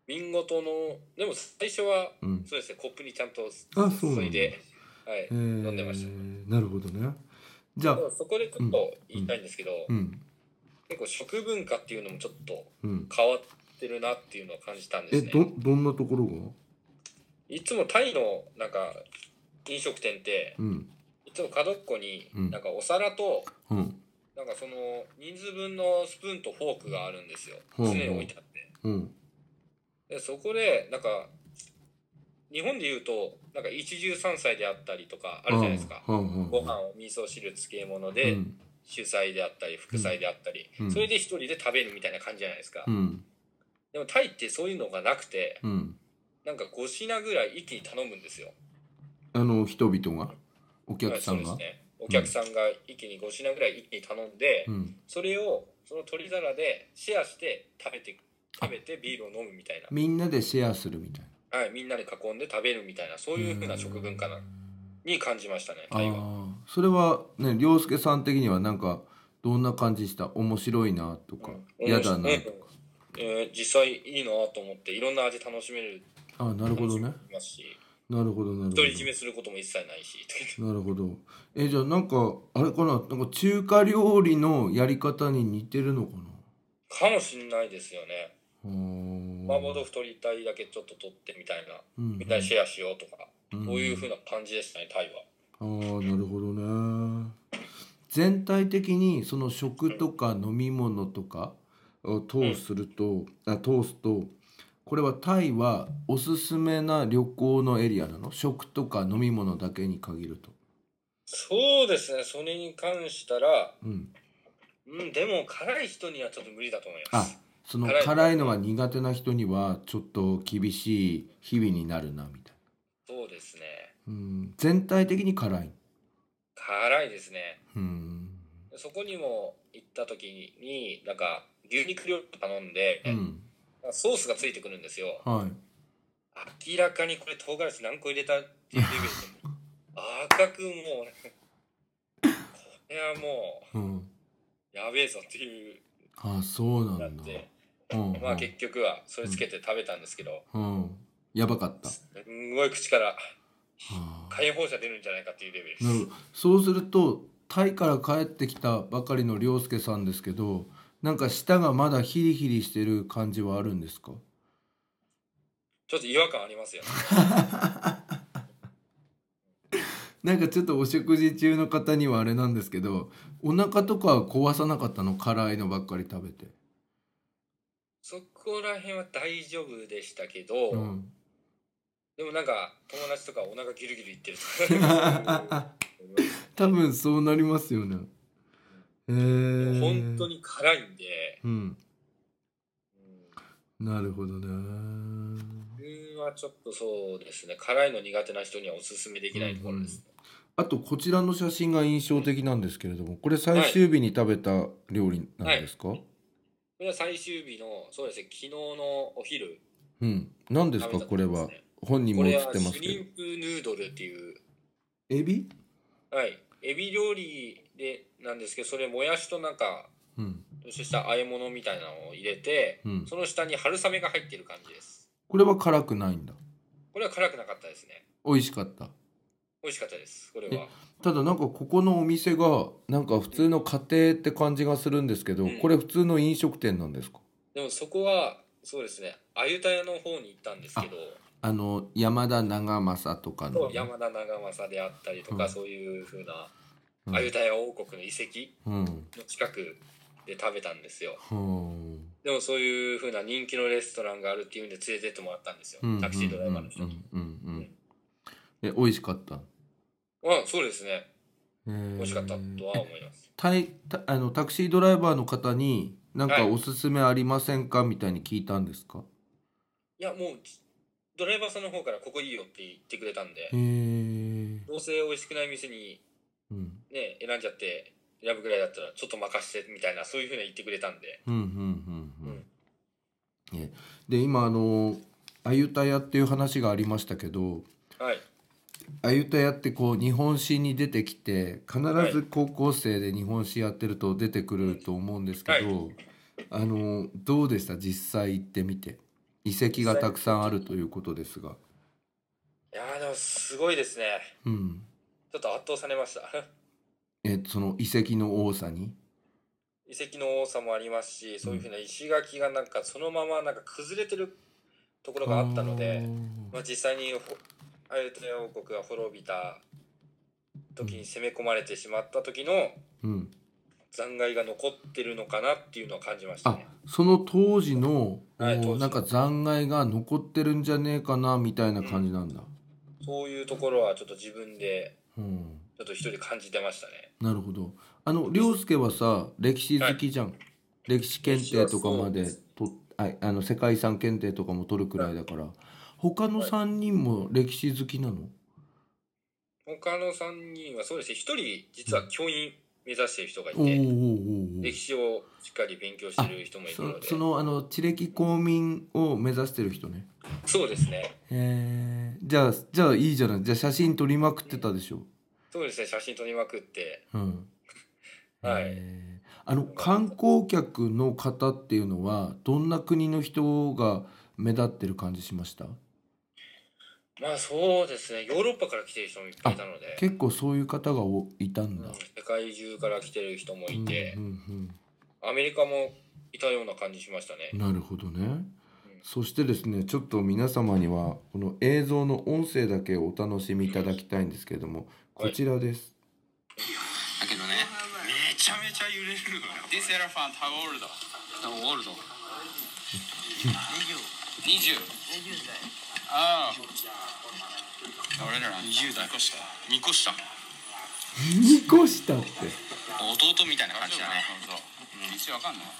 C: 瓶ごとの、でも最初は、
B: うん、
C: そうですね、コップにちゃんと
B: あ、そうなんだ。
C: 注いで、はい、
B: えー、
C: 飲んでました。
B: なるほどね。じゃあ、
C: でもそこでちょ
B: うん
C: っと言いたいんですけど、
B: うん、
C: 結構食文化っていうのもちょっと
B: うん、
C: 変わってるなっていうのを感じたんで
B: え、
C: すね。
B: どどんなところが？
C: いつもタイのなんか飲食店って
B: うん、
C: いつも角っこに
B: うん、
C: なんかお皿と
B: うん、
C: なんかその人数分のスプーンとフォークがあるんですよ。
B: ほう
C: 常に置いてあって。
B: ほう、うん、
C: で、そこでなんか日本で言うとなんか一汁三菜であったりとかあ
B: ああ、
C: るじゃないですか。
B: はあ、は
C: ご飯を味噌汁漬物で
B: うん、
C: 主菜であったり副菜であったり、
B: うん、
C: それで一人で食べるみたいな感じじゃないですか。
B: うん、
C: でもタイってそういうのがなくて、
B: うん、
C: なんかご品ぐらい一気に頼むんですよ。
B: あの人々が、お客
C: はい、
B: さんが、
C: そうですね。お
B: うん、
C: 客さんが一気にご品ぐらい一気に頼んで、
B: うん、
C: それをその取り皿でシェアして食べて
B: あ、
C: 食べてビールを飲むみたい
B: みんなでシェアするみたい
C: な、はい、みんなで囲んで食べるみたいな、そう
B: な。へ
C: いう風な食文化なに感じましたね、
B: あ
C: タイは。
B: あ、それはね、涼介さん的にはなんかどんな感じした？面白いなとか、
C: うん、
B: 嫌
C: 面白い、うん、
B: だなとか。
C: えー実際いいなと思って、いろんな味楽しめる、
B: あ、なるほ
C: 楽しめ
B: どね。
C: ますし、
B: なるほどなるほ
C: 独り占めすることも一切ないし、
B: ど。なるほど。え、じゃあなんかあれかな、なんか中華料理のやり方に似てるのかな。
C: かもしんないですよね。
B: あー、
C: 麻婆豆腐取りたいだけちょっと取ってみたいな、
B: うん
C: みんなでシェアしようとか、
B: うん、
C: そういう風な感じでしたね、タイは。
B: ああ、なるほどね。全体的にその食とか飲み物とかを
C: うん、
B: 通すると、あ、通すと、これはタイはおすすめな旅行のエリアなの？食とか飲み物だけに限ると。
C: そうですね、それに関したら、
B: うん。
C: うん、でも辛い人にはちょっと無理だと思いま
B: あ、
C: す。
B: その
C: 辛いのは、
B: 辛いのが苦手な人にはちょっと厳しい日々になるなみたい
C: そうですね、
B: な。うん。全体的に辛い。
C: 辛いですね。
B: うん。
C: そこにも行った時に、なんか牛肉料理頼んで、
B: うん。
C: ソースがついてくるんですよ。
B: はい。
C: 明らかにこれ唐辛子何個入れたっていうレベルで、赤くもう、これはも
B: うん。
C: う、やべえぞっていう、
B: あ、そうなだ。
C: なんって、
B: うん
C: まあ結局はそれつけて食べたんですけど、
B: うん。うん。やばかった。
C: すんごい口から
B: はあ。
C: 火炎放射出るんじゃないかっていうレベルで
B: なるほど。
C: す。
B: そうするとタイから帰ってきたばかりの涼介さんですけど、なんか舌がまだヒリヒリしてる感じはあるんですか？
C: ちょっと違和感ありますよね。
B: なんかちょっとお食事中の方にはあれなんですけど、お腹とかは壊さなかったの？辛いのばっかり食べて。
C: そこら辺は大丈夫でしたけど、
B: うん。
C: でもなんか友達とかお腹ギルギルいってるとか
B: 多分そうなりますよね。へ
C: でも本当
B: え。
C: に辛いんで、
B: うん。
C: うん、
B: なるほどね。
C: 自分はちょっとそうですね、辛いの苦手な人にはおすすめでき
B: うんう
C: ないところです
B: ん。
C: ね。
B: あとこちらの写真が印象的なんですけれども、これ最
C: はい。
B: 終日に食べた料理な
C: はい。
B: んですか？
C: これは最終日の、そうですね、昨日のお昼
B: うん。何ですか
C: 食べた
B: これは？
C: 時ですね。
B: 本にも写っ
C: これは
B: てますけど。
C: シュリンプヌードルっていう、
B: エビ？
C: はい、エビ料理でなんですけど、それもやしとなんか、
B: うん。
C: そうした和え物みたいなのを入れて、
B: うん。
C: その下に春雨が入ってる感じです。
B: これは辛くないんだ。
C: これは辛くなかったですね。
B: 美味しかった。
C: 美味しかったです、これ
B: え、
C: は。
B: ただなんかここのお店がなんか普
C: うん。
B: 通の家庭って感じがするんですけど、こ
C: うん。
B: れ普通の飲食店なんですか？
C: でもそこは、そうですね、あゆたやの方に行ったんですけ
B: あ、
C: ど、
B: あの山田長政とかの
C: そう
B: ね。
C: 山田長政であったりとか、
B: うん
C: そういう風な、
B: うん
C: あゆたや王国の遺跡
B: うん
C: の近くで食べたんですよ。
B: うん。
C: でもそういう風な人気のレストランがあるっていうんで連れてってもらったんですよ。
B: うんうん
C: タクシードライ
B: うん
C: バーの人に。
B: うんうんう
C: うん。
B: ん。え、美味しかった。へ
C: あ、そうですね。美味しかった
B: え。
C: とは思います。
B: タイ、タ、あのタクシードライバーの方になん
C: はい。
B: かおすすめありませんかみたいに聞いたんですか？
C: いや、もう、ドライバーさんの方からここいいよって言ってくれたん
B: へ
C: で、
B: え。
C: どうせ美味しくない店に
B: うん。
C: ね、選んじゃって、選ぶぐらいだったらちょっと任せてみたいな、そういう風に言ってくれたんで。
B: うんうんうん
C: うん。
B: うん。ね、で今あのアユタヤっていう話がありましたけど、
C: はい。
B: アユタヤってこう日本史に出てきて必
C: はい。
B: ず高校生で日本史やってると出てく
C: うん。
B: ると思うんですけ
C: はい。
B: ど、あのどうでした実際行ってみて？ 遺跡がたくさんあるということですが。
C: いやーでもすごいですね。
B: うん。
C: ちょっと圧倒されました。
B: え、その遺跡の多さに。
C: 遺跡の多さもありますし、そういうふうな石垣がなんかそのままなんか崩れてるところがあったので、まあ、実際にほアユタヤ王国が滅びた時に攻め込まれてしまった時の
B: うん。
C: 残骸が残ってるのかなっていうのは感じました
B: あ、
C: ね。
B: その当時の、
C: はい当時の
B: おなんか残骸が残ってるんじゃねえかなみたいな感じなんだ。
C: そういうところはちょっと自分で
B: うん。
C: ちょっと一人で感じてましたね。
B: なるほど。あの涼介はさ、歴史好きじゃん。歴史検定とかまでとああの世界遺産検定とかも取るくらいだから、他のさんにんも歴史好きなの？
C: 他のさんにんはそうですね、ひとり実は教員目指している人がい
B: おおお
C: て、
B: おお。
C: 歴史をしっかり勉強してる人もいる
B: そ
C: ので。
B: そのあの地歴公民を目指してる人ね。
C: そうですね。
B: へえ。じゃあじゃあいいじゃない。じゃあ写真撮りまくってたでしょ。
C: そうですね、写真撮りまくって。
B: うん。
C: はい。
B: へーあの観光客の方っていうのはどんな国の人が目立ってる感じしました？
C: まあそうですね、ヨーロッパから来てる人もいっぱいいたので、
B: 結構そういう方がおいたんだ。
C: うん世界中から来てる人もいて、
B: うんうん
C: アメリカもいたような感じしましたね。
B: うん、なるほどね。そしてですね、ちょっと皆様にはこの映像の音声だけお楽しみいただきたいんですけれども、こちらです。
D: だけどね、めちゃめちゃ揺れるのよ。This elephant how old? How old? にじゅう。ああ。俺らにじゅう代越した。に個下。
B: にこ下って
D: 弟みたいな感じだね。そうそう。一応わかんない。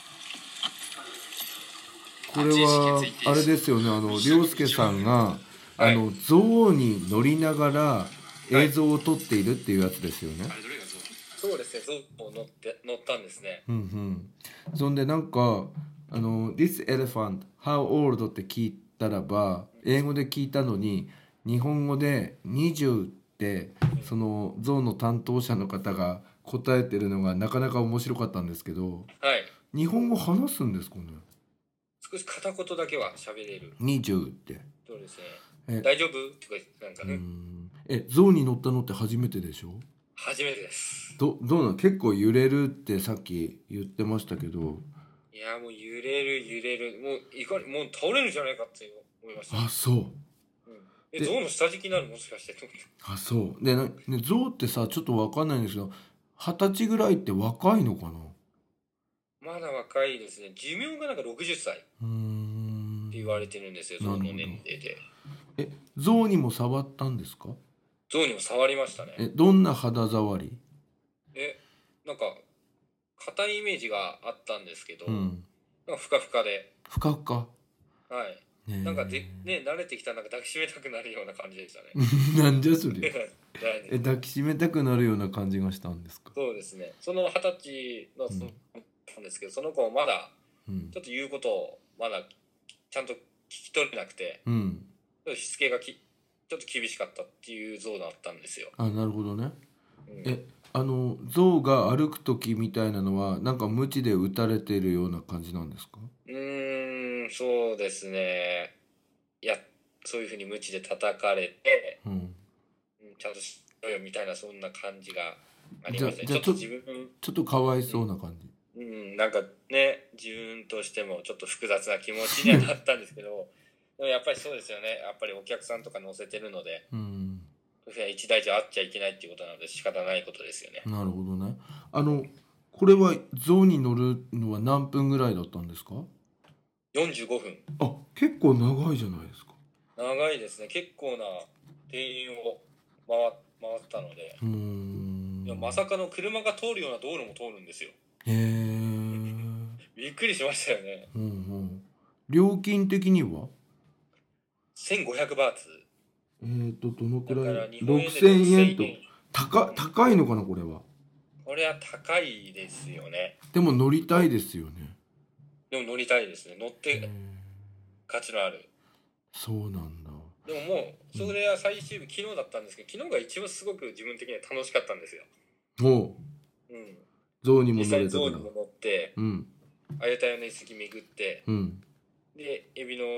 B: これはあれですよね、あの涼介さんがあの象に乗りながら映像を撮っているっていうやつですよね。
C: そうですね、象を乗って乗ったんですね。
B: うんうん。そんでなんかあの This elephant how old って聞いたらば英語で聞いたのに日本語でにじゅうってその象の担当者の方が答えてるのがなかなか面白かったんですけど、
C: はい。
B: 日本語話すんですかね？
C: 少し片言だけは喋れる。
B: にじゅうって
C: そうですね。
B: え
C: 大丈夫とかなんか
B: う
C: ね、
B: んえ象に乗ったのって初めてでしょ？
C: 初めてです。
B: どどうなの？結構揺れるってさっき言ってましたけど。
C: いやもう揺れる揺れる、もういかにもう倒れるんじゃないかって思いました。
B: あそう。
C: うん、え象の下敷きになるもしかしてと思って。
B: あそうでな、ね、象ってさちょっと分かんないんですけど二十歳ぐらいって若いのかな？
C: まだ若いですね。寿命がなんかろくじゅっさいって
B: うーん
C: 言われてるんですよ、象の年齢で。
B: え象にも触ったんですか？
C: 象にも触りましたね。
B: えどんな肌触り？
C: えなんか硬いイメージがあったんですけど、
B: うん
C: なんかふかふかで、
B: ふかふか
C: はい、
B: ねえ
C: なんかでね慣れてきたらなんか抱きしめたくなるような感じでしたね。
B: なんじゃそれ
C: はい
B: え抱きしめたくなるような感じがしたんですか？
C: そうですね。その二十歳のその、なんですけど、その子もまだ
B: うん
C: ちょっと言うことをまだちゃんと聞き取れなくて、
B: うん
C: ちょっとしつけがきちょっと厳しかったっていう像だったんですよ。
B: あなるほどね。
C: うん、
B: えあの象が歩く時みたいなのはなんか鞭で打たれているような感じなんですか？
C: うーんそうですね。いやそういうふうに鞭で叩かれて、
B: うん
C: うんちゃんとしろよみたいなそんな感じがあり
B: じゃ
C: ましたね。
B: じゃあ
C: ちょっと自分
B: ちょっとかわいそうな感じ。
C: うんなんかね自分としてもちょっと複雑な気持ちにはなったんですけどでもやっぱりそうですよね。やっぱりお客さんとか乗せてるので、
B: うん
C: それは一台じゃあっちゃいけないっていうことなので仕方ないことですよね。
B: なるほどね。あのこれは象に乗るのは何分ぐらいだったんですか？
C: よんじゅうごふん。
B: あ結構長いじゃないですか。
C: 長いですね。結構な定員を回回ったので、
B: うーん
C: いやまさかの車が通るような道路も通るんですよ。
B: へえ。
C: びっくりしましたよね。
B: うんうん料金的には
C: せんごひゃくバーツ
B: えーとどのく
C: だからら
B: い
C: 日本円で
B: ろくせんえんと
C: ろくせんえん。
B: 高高いのかなこれは。
C: これは高いですよね。
B: でも乗りたいですよね。
C: でも乗りたいですね。乗っ
B: へ
C: て
B: ー
C: 価値のある。
B: そうなんだ。
C: でももうそれは最終日昨日だったんですけど、昨日が一番すごく自分的には楽しかったんですよ。
B: もう
C: うん。
B: 象にも
C: 実際
B: 乗れたから。
C: 象にも乗って、
B: うん
C: アユタヤの遺跡巡って、
B: うん
C: でエビの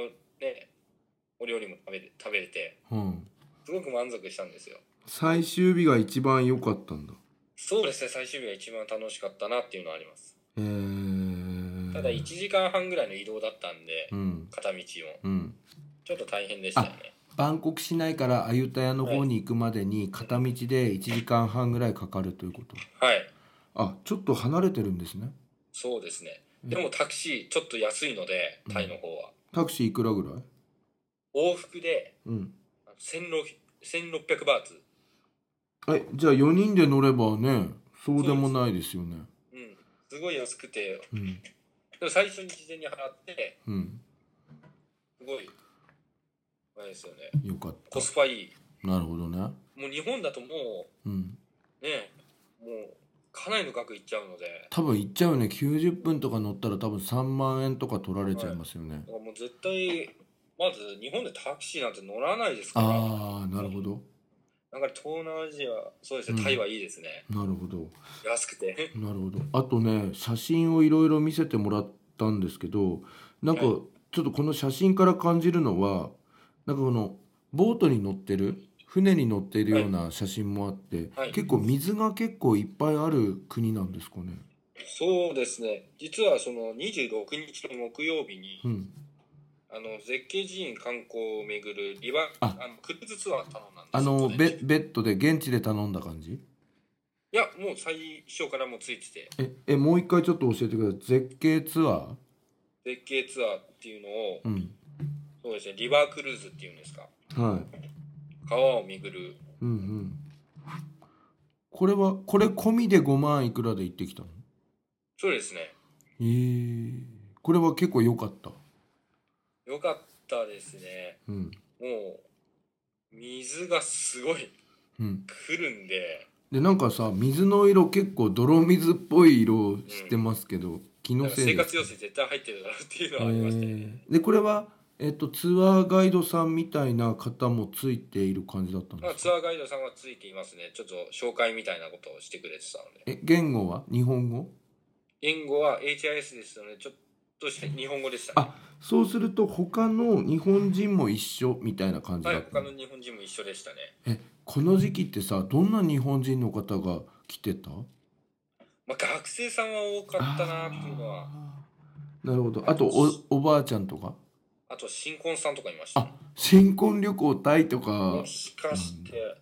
C: ね、お料理も食べれ、食べれて、
B: うん、
C: すごく満足したんですよ。
B: 最終日が一番良かったんだ。
C: そうですね、最終日が一番楽しかったなっていうのはあります。
B: へー。
C: ただいちじかんはんぐらいの移動だったんで、
B: うん、
C: 片道も
B: うん、
C: ちょっと大変でしたよね。
B: バンコク市内からアユタヤの方に行くまでに片道でいちじかんはんぐらいかかるということ。
C: はい、
B: あ、ちょっと離れてるんですね。
C: そうですね。でもタクシーちょっと安いので、タイの方は。
B: タクシーいくらぐらい？
C: 往復で
B: うん。
C: せんろっぴゃくバーツ。
B: え、じゃあよにんで乗ればね、そうでもないですよね。
C: うん、すごい安くて、
B: うん、
C: でも最初に事前に払って、
B: うん、
C: すごい、あれですよね。
B: よかった。
C: コスパいい。
B: なるほどね。
C: もう日本だとも
B: うん。
C: う、ね、もうかなりの額いっちゃうので、
B: 多分行っちゃうね。きゅうじゅっぷんとか乗ったら多分さんまんえんとか取られちゃいますよね。
C: だからもう絶対、まず日本でタクシーなんて乗らないですから。
B: ああ、なるほど。
C: なんか東南アジア、そうですね、
B: うん、
C: タイはいいですね。
B: なるほど。
C: 安くて。
B: なるほど。あとね、写真をいろいろ見せてもらったんですけど、なんか
C: はい
B: ちょっとこの写真から感じるのは、なんかこのボートに乗ってる、船に乗っているような写真もあって、
C: はい
B: 結構水が結構いっぱいある国なんですかね。
C: そうですね。実はそのにじゅうろくにちの木曜日に、
B: うん。
C: あの絶景寺院観光を巡るリバ
B: あ
C: あのクルーズツアー頼んだんです
B: あの
C: よ。
B: ベ、ベッドで現地で頼んだ感じ？
C: いや、もう最初からもうついてて、
B: え、え、もう一回ちょっと教えてください。絶景ツアー？
C: 絶景ツアーっていうのを、
B: うん。
C: そうですね、リバークルーズっていうんですか。
B: はい。
C: 川を巡る。
B: うんうん。これは、これ込みでごまんいくらで行ってきたの？
C: そうですね。
B: えー、これは結構良かった。
C: よかったですね。
B: うん。
C: もう、水がすごい
B: うん。
C: 来るんで、
B: で、なんかさ、水の色結構泥水っぽい色してますけど、気の
C: なんか生
B: せいですか？
C: 活用水絶対入ってるだろうっていうの
B: え
C: はありましたよね。
B: ー、で、これは、えっと、ツアーガイドさんみたいな方もついている感じだったんで
C: まあ、
B: すか？
C: ツアーガイドさんはついていますね。ちょっと紹介みたいなことをしてくれてたので。
B: え、言語は日本語？
C: 言語は エイチアイエス ですので、ちょっとした日本語でしたね。
B: あ、そうすると他の日本人も一緒みたいな感じ
C: はい、
B: だったの？
C: 他の日本人も一緒でしたね。
B: え、この時期ってさ、どんな日本人の方が来てた？
C: まあ、学生さんは多かったなっていうのは、
B: あー、なるほど。あとお、おばあちゃんとか？
C: あと新婚さんとかいました
B: あ、
C: ね。
B: 新婚旅行タイとか。
C: もしかして、
B: へ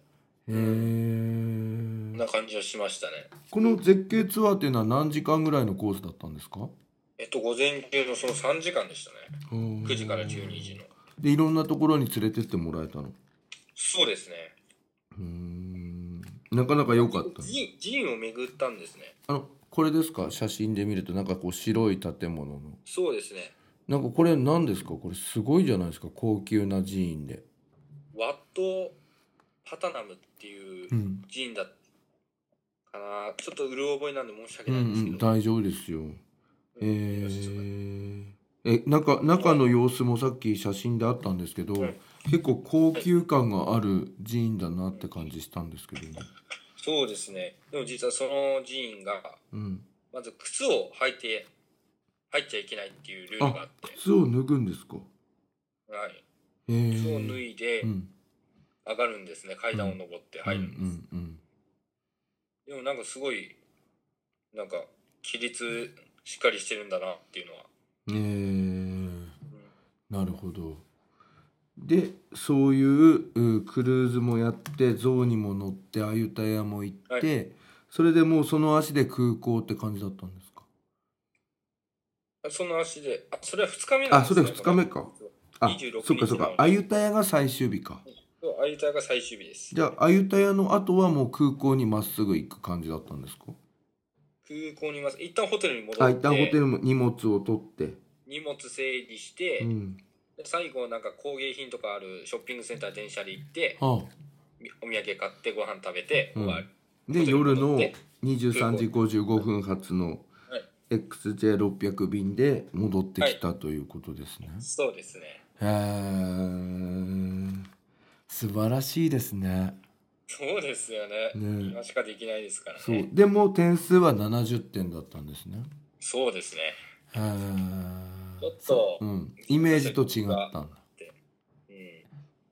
B: え。
C: こんな感じがしましたね。
B: この絶景ツアーっていうのは何時間ぐらいのコースだったんですか？
C: えっと、午前中のそのさんじかんでしたね。くじからじゅうにじの。
B: で、いろんなところに連れてってもらえたの？
C: そうですね。
B: うーん、なかなか良かったね。
C: 寺院寺院を巡ったんですね。
B: あの、これですか？写真で見るとなんかこう白い建物の。
C: そうですね。
B: なんかこれ何ですか？これすごいじゃないですか。高級な寺院で。
C: ワット・パタナムっていう
B: うん。
C: 寺院だかな。ちょっとうる覚えなんで申し訳
B: うんう
C: ないんですけど。
B: ん、大丈夫ですよ。え
C: うんよしちょっと
B: ー、え、中、中の様子もさっき写真であったんですけど、
C: はい
B: 結構高級感がある寺院だなって感じしたんですけどね。
C: そうですね。でも実はその寺院が、
B: うん。
C: まず靴を履いて入っちゃいけないっていうルールがあ
B: あ、
C: って、
B: 靴を脱ぐんですか？
C: はい。
B: えー、
C: 靴を脱いで
B: うん。
C: 上がるんですね。階段を登って入るんです。
B: うんうん
C: でもなんかすごい、なんか、規律しっかりしてるんだなっていうのは。
B: うん。えー、
C: うん
B: なるほど。で、そういううクルーズもやって、象にも乗って、アユタヤも行って、
C: は
B: それでもうその足で空港って感じだったんですか？
C: その足で、あ、それはふつかめなん
B: あ、
C: ですね。
B: それふつかめか。あ、
C: にじゅうろく
B: そっかそっか。アユタヤが最終日か。
C: そう、アユタヤが最終日です。
B: じゃあ、アユタヤの後はもう空港にまっすぐ行く感じだったんですか？
C: 空港にいます。一旦ホテルに戻って、
B: あ、一旦ホテルも荷物を取って。
C: 荷物整理して、
B: うん。
C: で最後なんか工芸品とかあるショッピングセンター電車で行って、
B: は
C: みお土産買ってご飯食べて
B: うん
C: 終わる。
B: あ、で、
C: ホテルに
B: 夜の
C: 戻って
B: にじゅうさんじごじゅうごふん発の
C: はい、
B: エックスジェーろっぴゃく 便で戻ってきたということですね。
C: そうですね。
B: へー、素晴らしいですね。
C: そうですよね。
B: ね
C: 今しかできないですから
B: そう。
C: ね。
B: でも点数はななじゅってんだったんですね。
C: そうですね。
B: へー、
C: ちょっと、
B: うん。イメージと違ったんだ。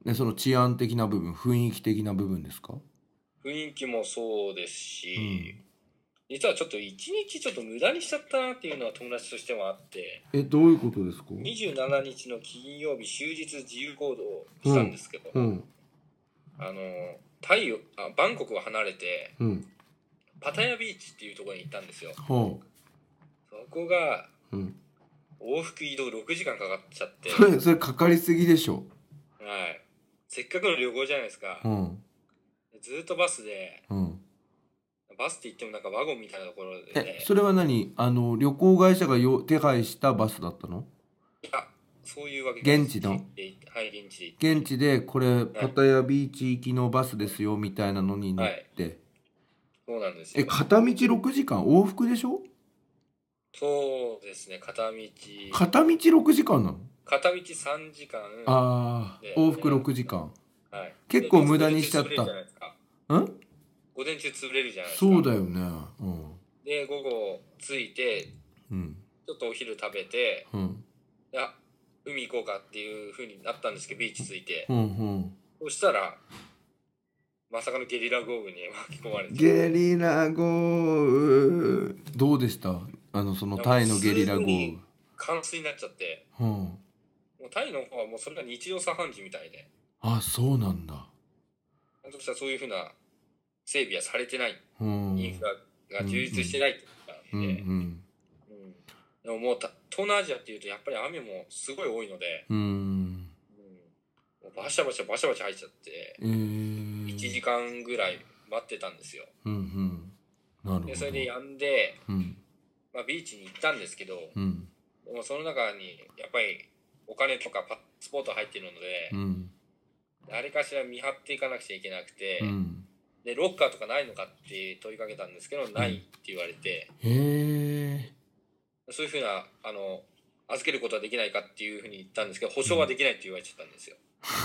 B: ね、その治安的な部分、雰囲気的な部分ですか？
C: 雰囲気もそうですし、
B: うん
C: 実はちょっと一日ちょっと無駄にしちゃったなっていうのは友達としてもあって、
B: え、どういうことですか？
C: にじゅうしちにちの金曜日終日自由行動をしたんですけど、
B: うん
C: あのタイをあバンコクを離れて
B: うん
C: パタヤビーチっていうところに行ったんですよ。
B: は
C: そこが
B: あ、うん
C: 往復移動ろくじかんかかっちゃって、
B: それそれかかりすぎでしょ。
C: はい、せっかくの旅行じゃないですか。
B: うん
C: ずーっとバスで、
B: うん
C: バスって言ってもなんかワゴンみたいなところで
B: え
C: ね、
B: それは何、あの旅行会社がよ手配したバスだったの？
C: いやそういうわけじゃないです。
B: 現地の
C: はい現地で
B: 現地でこれパタヤビーチ行きのバスですよみたいなのに乗って、
C: はいそうなんです
B: え
C: よ。
B: 片道ろくじかん往復でしょ？
C: そうですね、片道
B: 片道ろくじかんなの？
C: 片道さんじかん、
B: ああ
C: で
B: 往復ろくじかん、
C: はい、
B: 結構無駄にしちゃった。
C: で午前中潰れるじゃないですか。
B: うん
C: 午前中潰れるじゃないですか。
B: そうだよね。うん
C: で午後着いて
B: うん
C: ちょっとお昼食べて、
B: うん
C: いや海行こうかっていう風になったんですけど、ビーチ着いて、
B: うんうん
C: そしたらまさかのゲリラ豪雨に巻き込まれて、
B: ゲリラ豪雨どうでした？あのそのタイのゲリラ豪雨。
C: 冠水になっちゃって、
B: うん
C: もうタイの方はもうそれが日常茶飯事みたいで、
B: あそうなんだ。
C: 本当にそういう風な整備はされてない、
B: うん
C: インフラが充実してないってことなんで、
B: うんうん
C: うんでももうた東南アジアっていうとやっぱり雨もすごい多いので、
B: うん
C: うんもうバシャバシャバシャバシャ入っちゃって、
B: えー、
C: いちじかんぐらい待ってたんですよ。
B: うんうんなるほど。
C: でそれでやんで、
B: うん
C: まあ、ビーチに行ったんですけど、
B: うん
C: でもその中にやっぱりお金とかパスポート入ってるので、
B: うん
C: 誰かしら見張っていかなくちゃいけなくて、
B: うん
C: でロッカーとかないのかって問いかけたんですけど、ないって言われて、
B: へえ
C: そういうふうなあの預けることはできないかっていうふうに言ったんですけど、保証はできないって言われちゃったんですよ。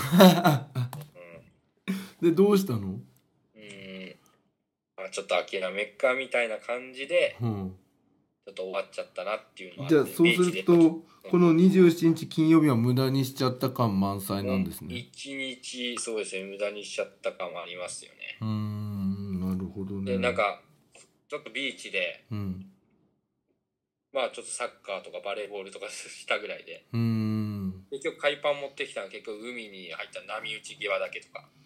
B: でどうしたの？
C: うん、うんまあ、ちょっと諦めっかみたいな感じで
B: うん
C: ちょっと終わっちゃったなっていうのは、
B: じゃあそうするとこのにじゅうしちにち金曜日は無駄にしちゃった感満載なんですね。
C: 一日そうですね無駄にしちゃった感もありますよね。
B: うーんなるほどね。
C: でなんかちょっとビーチで
B: うん
C: まあちょっとサッカーとかバレーボールとかしたぐらいで、
B: うーん
C: 結局海パン持ってきたのは結局海に入った波打ち際だけとか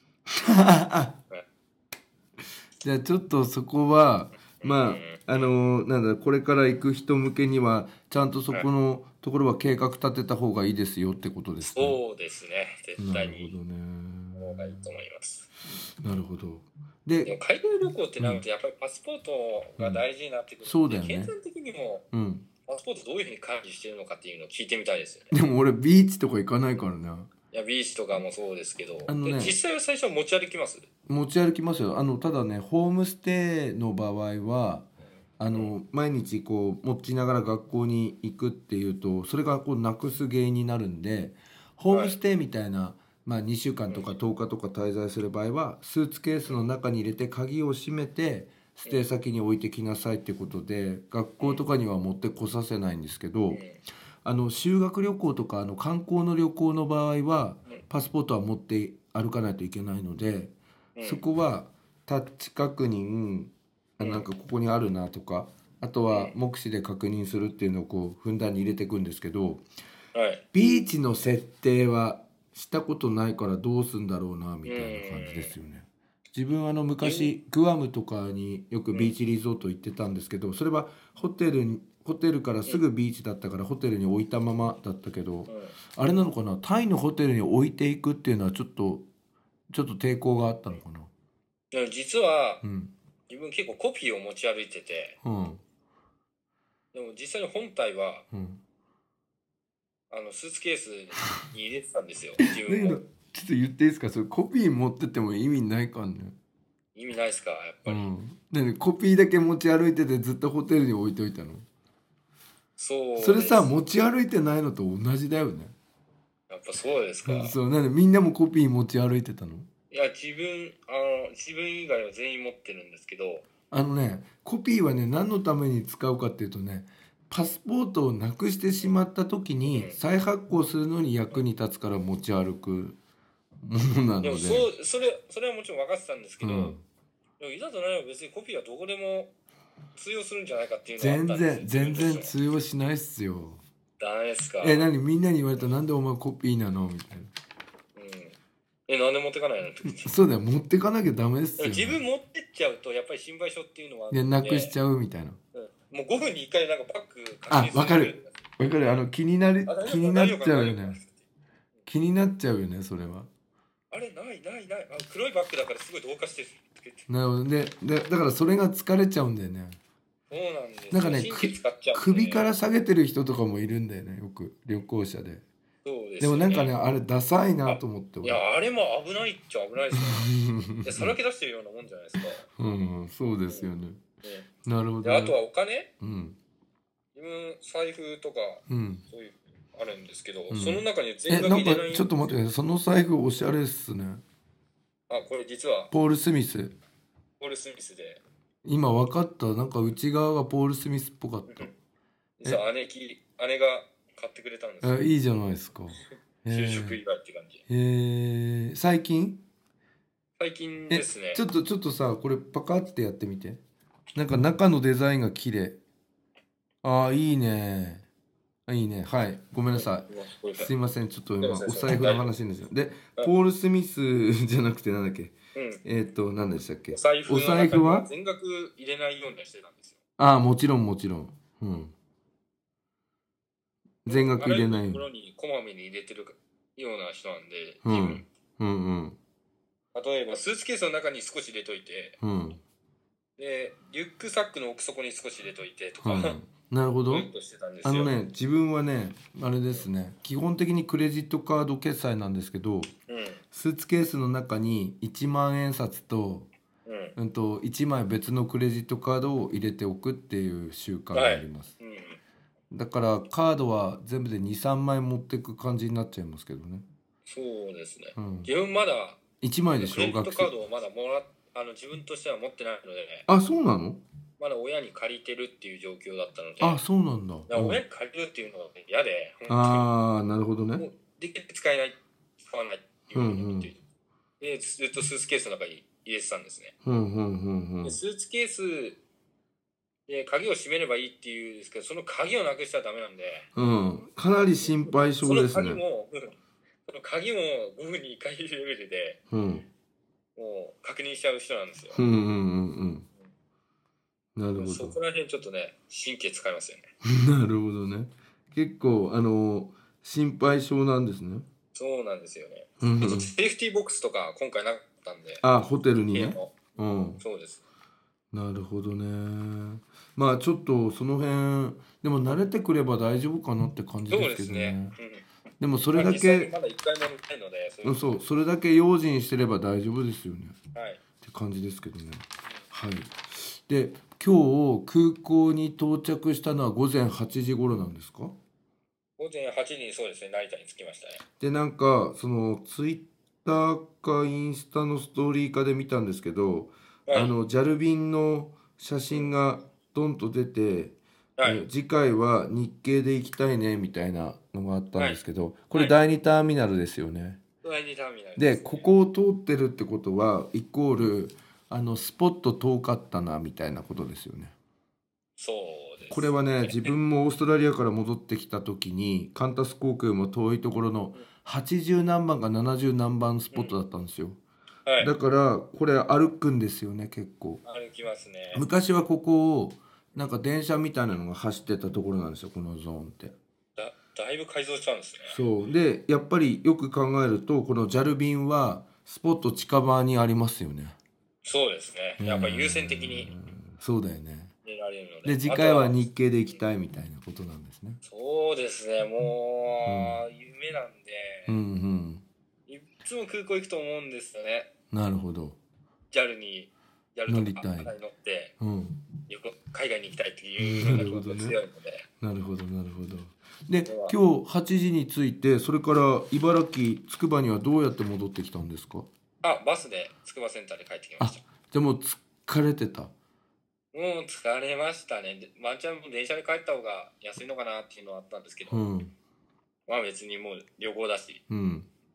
B: じゃあちょっとそこはまああのー、なんだこれから行く人向けにはちゃんとそこのところは計画立てた方がいいですよってことですね。
C: そうですね絶対に
B: なるほどね。
C: 方がいいと思います。
B: なるほど。
C: で
B: で
C: も海外旅行ってなるとやっぱりパスポートが大事になってくるので、
B: うんそうだよね
C: 経済的にも
B: うん
C: パスポートどういうふうに管理してるのかっていうのを聞いてみたいですよね。
B: でも俺ビーチとか行かないからね。
C: いやビーチとかもそうですけど、
B: あのね
C: で実際は最初は持ち歩きます？
B: 持ち歩きますよ。あのただねホームステイの場合はあの毎日こう持ちながら学校に行くっていうとそれがこうなくす原因になるんで、ホームステイみたいな、まあ、にしゅうかんとかとおかとか滞在する場合はスーツケースの中に入れて鍵を閉めてステイ先に置いてきなさいってことで学校とかには持ってこさせないんですけど、あの修学旅行とかあの観光の旅行の場合はパスポートは持って歩かないといけないので、そこはタッチ確認あなんかここにあるなとか、あとは目視で確認するっていうのをこうふんだんに入れていくんですけど、
C: はい、
B: ビーチの設定はしたことないからどうすんだろうなみたいな感じですよね。自分あの昔グアムとかによくビーチリゾート行ってたんですけど、それはホテルにホテルからすぐビーチだったからホテルに置いたままだったけど、あれなのかな、タイのホテルに置いていくっていうのはちょっとちょっと抵抗があったのかな。
C: でも実は
B: うん
C: 自分結構コピーを持ち歩いてて、
B: うん
C: でも実際に本体は
B: うん
C: あのスーツケースに入れてたんですよ自分も。
B: ちょっと言っていいですか、それコピー持ってても意味ないかんね。
C: 意味ないですかやっぱり、
B: うん、でコピーだけ持ち歩いててずっとホテルに置いといたの？
C: そうです。
B: それさ持ち歩いてないのと同じだよね。
C: やっぱそうですか。
B: そうなんでみんなもコピー持ち歩いてたの？
C: いや自分あの自分以外は全員持ってるんですけど、
B: あのねコピーはね何のために使うかっていうとね、パスポートをなくしてしまった時に再発行するのに役に立つから持ち歩くものなので。
C: でもそうそれそれはもちろん分かってたんですけど、
B: うん、
C: でもいざとなれば別にコピーはどこでも通用するんじゃないかっていうのはあった
B: 全
C: んですよ。
B: 然全然通用しないっすよ。
C: ダメですか。
B: え、何みんなに言われたらなんでお前コピーなのみたいな。
C: うん、えなんで持ってかないのって
B: そうだよ、持ってかなきゃダメっすよ、ね。
C: 自分持ってっちゃうとやっぱり心配性っていうのはあ
B: いや、なくしちゃうみたいな。
C: うん、もうごふんにいっかいなんかバッグ確
B: あ、
C: 認する。
B: わかるわかる。あの気になる
C: あ
B: 気になっちゃうよ
C: 大丈夫かな
B: ね。気になっちゃうよね、それは。
C: あれないないないあ黒いバッグだからすごい同化してる。
B: なるほどね。でだからそれが疲れちゃうんだよね。
C: そうなんですよ。
B: なんかね、
C: 神経使っちゃうんで
B: 首から下げてる人とかもいるんだよね、よく旅行者で。
C: そうですね。
B: でもなんかね、あれダサいなと思って。
C: いやあれも危ないっちゃ危ないですよね。さらけ出してるようなもんじゃないですか。
B: うん、そうですよね。
C: ね
B: なるほど、ね。
C: であとはお金、
B: うん、
C: 自分財布とか、
B: うん、
C: そういうあるんですけど、
B: うん、
C: その中に
B: え、
C: 全
B: なんか
C: 額入れない。
B: ちょっと待って、その財布おしゃれっすね。
C: あこれ実は
B: ポール・スミス。
C: ポール・スミスで、
B: 今分かった。なんか内側がポール・スミスっぽかった。
C: 実は姉貴姉が買ってくれたんですよ。
B: え、いいじゃないですか。
C: 就職以外って感じ。
B: えー、最近
C: 最近ですね。
B: ちょっとちょっとさ、これパカってやってみて。なんか中のデザインが綺麗。ああ、いいね。いいね。はい。ごめんなさい。すいません。ちょっと今、お財布の話ですよ。で、ポール・スミスじゃなくてなんだっけ、うん、えっ、ー、と、何でしたっけ、
C: お財布の中には全額入れないようにしてたんですよ。
B: ああ、もちろんもちろん。うん。全額入れない。
C: ところにこまめに入れてるような人なんで、
B: うん、うんうん
C: 例えばスーツケースの中に少し入れといて、
B: うん、
C: でリュックサックの奥底に少し入れといてとか、うん、
B: なるほど。あのね、自分はね、あれですね、基本的にクレジットカード決済なんですけど、うん、スーツケースの中にいちまんえん札と、うんうん、といちまい別のクレジットカードを入れておくっていう習慣があります、はい、うん、だからカードは全部で に,さん 枚持っていく感じになっちゃいますけどね。
C: そうですね、うん、自分まだ
B: いちまいでしょ。
C: クレジットカードをまだもらあの自分としては持ってないので、ね、
B: あ、そうなの。
C: まだ親に借りてるっていう状況だったので。
B: あ、そうなんだ。
C: だ親に借りるっていうのが嫌で、
B: ああ、なるほどね。もう
C: できて使えない、使わないっていうふうに思って、うんうん、でずっとスーツケースの中に入れてたんですね。
B: うんうんうんうん、
C: でスーツケースで鍵を閉めればいいっていうんですけど、その鍵をなくしたらダメなんで、
B: うん、かなり心配性ですね。
C: その鍵もその鍵もごふんにいっかいレベルで、うん、もう確認しちゃう人なんですよ。
B: うんうんうんうん。なるほど。
C: そこら辺ちょっとね、神経使いますよね。
B: なるほどね。結構あの心配性なんですね。
C: そうなんですよね。セーフティーボックスとか今回なかったんで。
B: あ、ホテルにね。うん。
C: そうです。
B: なるほどね。まあちょっとその辺でも慣れてくれば大丈夫かなって感じですけどね。そうですね。うん、でもそれだけ、
C: まだ一回もないので、
B: そういう、そう、それだけ用心してれば大丈夫ですよね。
C: はい。
B: って感じですけどね。はい。で、今日空港に到着したのは午前はちじ頃なんですか？
C: 午前はちじにそうですね、成田に着きましたね。
B: で、なんかそのツイッターかインスタのストーリーかで見たんですけど、はい、あの ジャル 便の写真がドンと出て、はい、次回は日系で行きたいねみたいなのがあったんですけど、はい、これだいにターミナルですよね。
C: だいにターミナル
B: ですね。で、ここを通ってるってことはイコールあのスポット遠かったなみたいなことですよね。
C: そうですね。
B: これはね、自分もオーストラリアから戻ってきた時にカンタス航空も遠いところのはちじゅうなんばんかななじゅうなんばんスポットだったんですよ、うん、はい、だからこれ歩くんですよね。結構
C: 歩きますね。
B: 昔はここをなんか電車みたいなのが走ってたところなんですよ、このゾーンって。
C: だ, だいぶ改造したんですね。
B: そうで、やっぱりよく考えるとこの ジャル 便はスポット近場にありますよね。
C: そうですね、やっぱり優先的に。
B: そうだよね。
C: られるの
B: で、で次回は日系で行きたいみたいなことなんですね。
C: そうですね、もう、うん、夢なんで、うんうん、いつも空港行くと思うんですよね。
B: なるほど。
C: ジャル に ジャル
B: 乗りたい、
C: とか乗って、うん、海外に行きたいっていう
B: ようなことが強いので。なるほどなるほど。で、今日はちじに着いて、それから茨城つくばにはどうやって戻ってきたんですか？
C: あ、バスでつくばセンターで帰ってきました。
B: あ、でも疲れてた？
C: もう疲れましたね。ワンチャン電車で帰った方が安いのかなっていうのはあったんですけど、うん、まあ別にもう旅行だし、うん、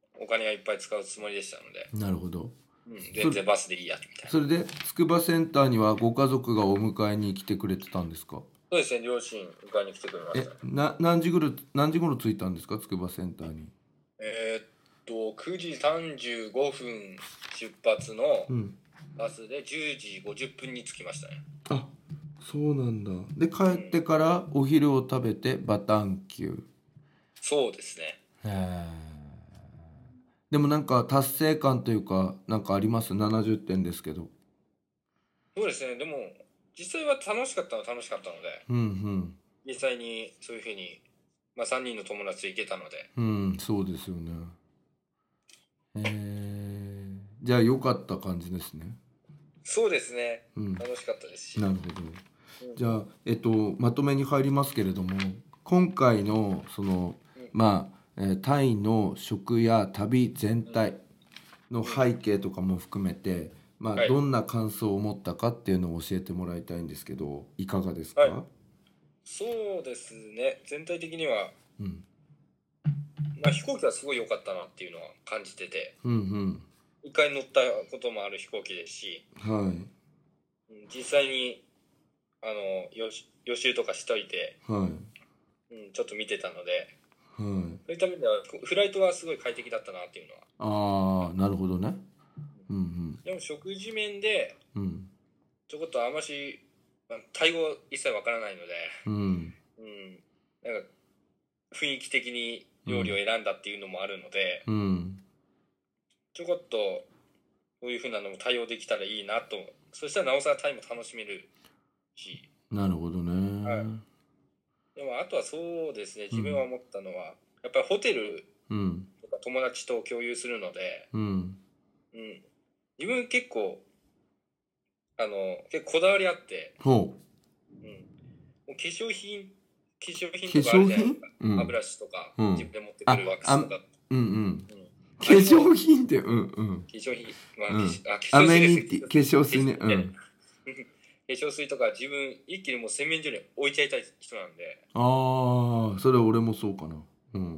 C: お金がいっぱい使うつもりでしたので、
B: なるほど。
C: うん、全然バスでいいやみたいな。
B: それで筑波センターにはご家族がお迎えに来てくれてたんですか？
C: そうですね、両親迎えに来てくれまし
B: え
C: たね。
B: な何時ぐら何時頃着いたんですか、筑波センターに？
C: えーっとくじさんじゅうごふん出発の
B: うん
C: バスでじゅうじごじゅっぷんに着きましたね。
B: あそうなんだ。で帰ってからお昼を食べてバタンキュー。
C: そうですね。
B: へえ。でもなんか達成感というかなんかあります？ななじゅってんですけど。
C: そうですね、でも実際は楽しかったのは楽しかったので、
B: うん
C: 実際にそういうふうに、まあ、さんにんの友達と行けたので。
B: うんうんそうですよね。えー、じゃあ良かった感じですね。
C: そうですね、
B: うん
C: 楽しかったですし。
B: なるほど。
C: うん
B: じゃあ、えっと、まとめに入りますけれども、今回のその、まあ、えータイの食や旅全体の背景とかも含めて、まあ、
C: はい
B: どんな感想を持ったかっていうのを教えてもらいたいんですけど、いかがですか？
C: はいそうですね、全体的には、
B: うん
C: まあ、飛行機はすごい良かったなっていうのは感じてて、
B: うん
C: 一回乗ったこともある飛行機ですし、
B: うんはい
C: うん実際にあの予習予習とかしといて、
B: はい
C: うん、ちょっと見てたので、
B: はい
C: そういった意味ではフライトはすごい快適だったなっていうのは。
B: ああなるほどね。うん
C: でも食事面で
B: うんうん
C: ちょこっとあまし、まあタイ語一切わからないので、
B: うん
C: うん、なんか雰囲気的に料理を選んだっていうのもあるので、
B: うん
C: ちょこっとそういう風なのも対応できたらいいなと。そしたらなおさらタイも楽しめるし、
B: なるほどね。
C: はいでもあとはそうですね、自分は思ったのは、やっぱりホテル
B: うん
C: とか友達と共有するので、
B: うん
C: うん、自分結構あの結構こだわりあって、
B: ほ
C: うん、もう化粧品化粧
B: う
C: 品とかあるじゃないですか、
B: うん
C: 歯ブラシとか、
B: うん
C: 自分で持ってくるワックスとか、
B: うんうん
C: うん
B: 化粧品ってうんうん
C: 化粧品、まあ
B: うん
C: 化粧あ化
B: ア
C: 粧水
B: メニティ
C: です
B: 化粧水ねうん
C: 化粧水とか自分一気にもう洗面所に置いちゃいたい人なんで、
B: ああそれ俺もそうかなうん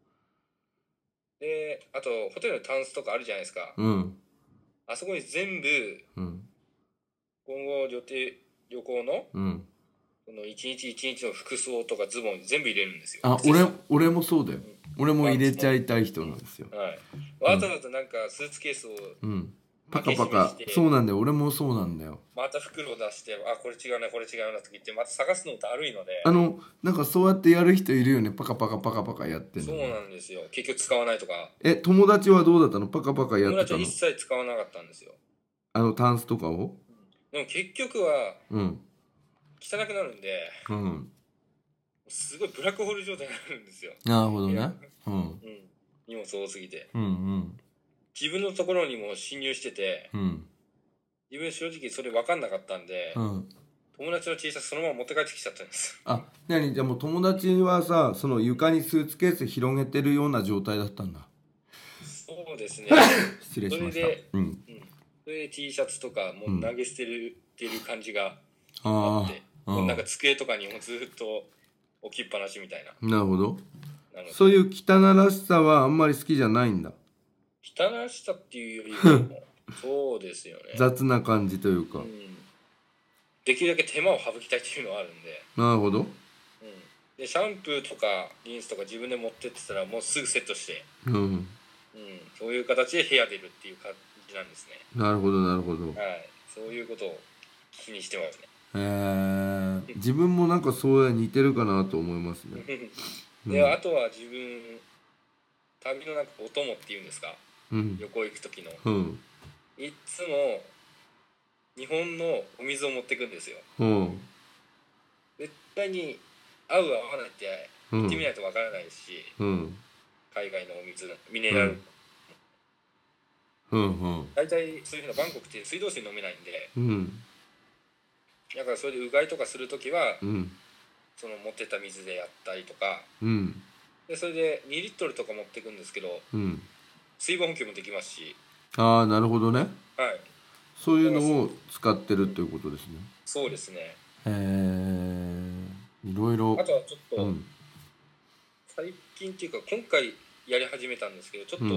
C: であとホテルのタンスとかあるじゃないですか、
B: うん
C: あそこに全部
B: うん
C: 今後予定旅行の
B: うん
C: その一日一日の服装とかズボン全部入れるんですよ。
B: あ俺俺もそうだよ俺も入れちゃいたい人なんですよ
C: はいわざわざなんかスーツケースを
B: うんパカパカ
C: 開け閉めして
B: そうなんだよ俺もそうなんだよ
C: また袋を出して、あこれ違うなこれ違うなと言ってまた探すのもだるいので、
B: あのなんかそうやってやる人いるよねパカパカパカパカやってんの
C: そうなんですよ。結局使わないとか、
B: え友達はどうだったのパカパカや
C: 友達は
B: ってたの
C: 一切使わなかったんですよ。
B: あのタンスとかを
C: でも結局は
B: うん
C: 汚くなるんで、
B: うん
C: すごいブラックホール状態になるんですよ。
B: なるほどねうん
C: うん、荷物多すぎて
B: うんうん
C: 自分のところにも侵入してて、
B: うん
C: 自分正直それ分かんなかったんで、
B: うん
C: 友達の T シャツそのまま持って帰ってきちゃったんです
B: あ、なにじゃあもう友達はさその床にスーツケース広げてるような状態だったんだ。
C: そうですね
B: 失礼しました。
C: それで、
B: うん。
C: うん、それで T シャツとかもう投げ捨てるっていう感じがあ
B: あ
C: って、
B: あ、
C: もうなんか机とかにもずっと置きっぱなしみたいな。
B: なるほど。
C: なので
B: そういう汚らしさはあんまり好きじゃないんだ。
C: 汚らしさっていうよりもそうですよね、
B: 雑な感じというか。
C: うん、できるだけ手間を省きたいっていうのはあるんで、
B: なるほど。
C: うん、でシャンプーとかリンスとか自分で持ってってたらもうすぐセットして、
B: うん。
C: うん、そういう形で部屋出るっていう感じなんですね。
B: なるほどなるほど。
C: はい、そういうことを気にしてますね。
B: へえ。自分もなんかそうや似てるかなと思いますね。
C: で、
B: うん
C: あとは自分旅のなんかお供っていうんですか、
B: うん。
C: 旅行行く時の
B: うん。
C: いつも日本のお水を持ってくんですよ。
B: うん。
C: 絶対に合う合わないって言ってみないとわからないですし、
B: うん。
C: 海外のお水ミネラル、
B: うん。うん。
C: 大体そういうふうなバンコクって水道水飲めないんで、
B: うん。
C: だからそれでうがいとかする時は、
B: うん。
C: その持ってった水でやったりとか
B: うん。
C: で、それでにリットルとか持ってくんですけど、
B: うん。
C: 水分補給もできますし、
B: ああ、なるほどね。
C: はい、
B: そういうのを使ってるということですね。
C: そうですね。
B: へえ、いろいろ。
C: あとはちょっと、
B: うん。
C: 最近っていうか今回やり始めたんですけど、ちょっと
B: うん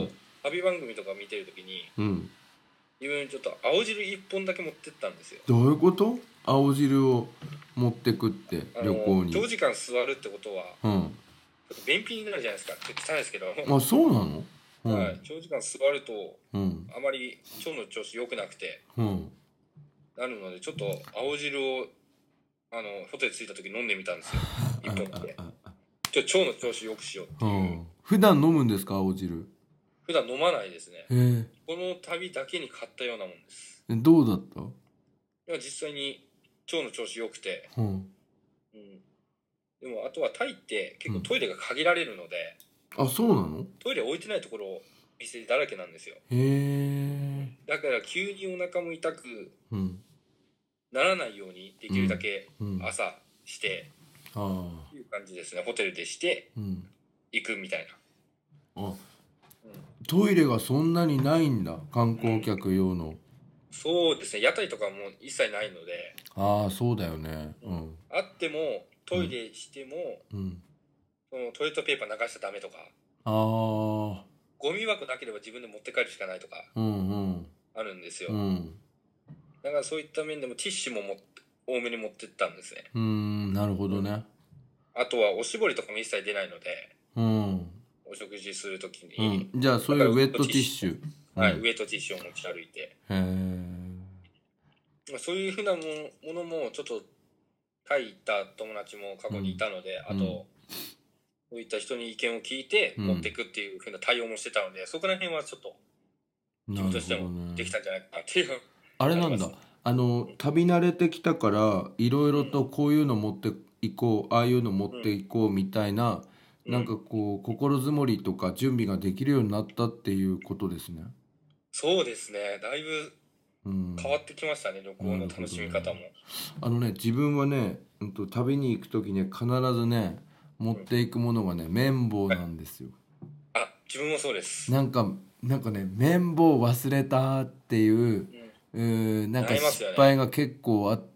C: 旅番組とか見てるときに、
B: うん、
C: 自分ちょっと青汁いっぽんだけ持ってったんですよ。
B: どういうこと？青汁を持ってくって旅行に。
C: 長時間座るってことは、
B: うん、
C: ちょっと便秘になるじゃないですか。ちょっと汚いですけど。
B: あ、そうなの？うん、
C: はい、長時間座ると、
B: うん、
C: あまり腸の調子良くなくて、
B: うん、
C: なるのでちょっと青汁をあのホテル着いた時飲んでみたんですよ。いっぽんだけ。ちょっと腸の調子良くしようっていう。うん、
B: 普段飲むんですか、青汁？
C: 普段飲まないですね。
B: へえ。
C: この旅だけに買ったようなもんです。
B: どうだった？
C: いや実際に腸の調子良くて、
B: うん、
C: うん、でもあとはタイって結構トイレが限られるので、
B: うん、あ、そうなの？
C: トイレ置いてないところ店だらけなんですよ。
B: へえ。
C: だから急にお腹も痛くならないようにできるだけ朝して、うんうん、ああいう感じですね。ホテルでして行くみたいな、
B: うん、あ、トイレがそんなにないんだ、観光客用の、うん、
C: そうですね。屋台とかも一切ないので。
B: ああ、そうだよね、うん、
C: あってもトイレしても、うん、そのトイレットペーパー流しちゃダメとか、ああ、ゴミ箱なければ自分で持って帰るしかないとかあるんですよ、うんうん、だからそういった面でもティッシュもも多めに持ってったんですね。
B: うーん、なるほどね、うん、
C: あとはおしぼりとかも一切出ないので、うん、お食事するときに、
B: うん、じゃあそういうウェットティッシュ、
C: はい、うん、ウェットティッシュを持ち歩いて、へそういうふうなものもちょっとタイ行った友達も過去にいたので、うん、あとそういった人に意見を聞いて持っていくっていうふうな対応もしてたので、うん、そこら辺はちょっと自分としてもできたんじゃないかなっていう、ね、
B: あれなんだ、あの旅慣れてきたからいろいろとこういうの持っていこう、ああいうの持っていこうみたいな、うん、なんかこう心づもりとか準備ができるようになったっていうことですね。
C: そうですね、だいぶ変わってきましたね、うん、旅行の楽しみ方も、ね、
B: あのね、自分はね、うんと、旅に行く時ね必ずね持っていくものがね、うん、綿棒なんですよ、
C: はい、あ、自分もそうです。
B: なんかなんかね、綿棒忘れたっていう、うん、うなんか失敗が結構あって、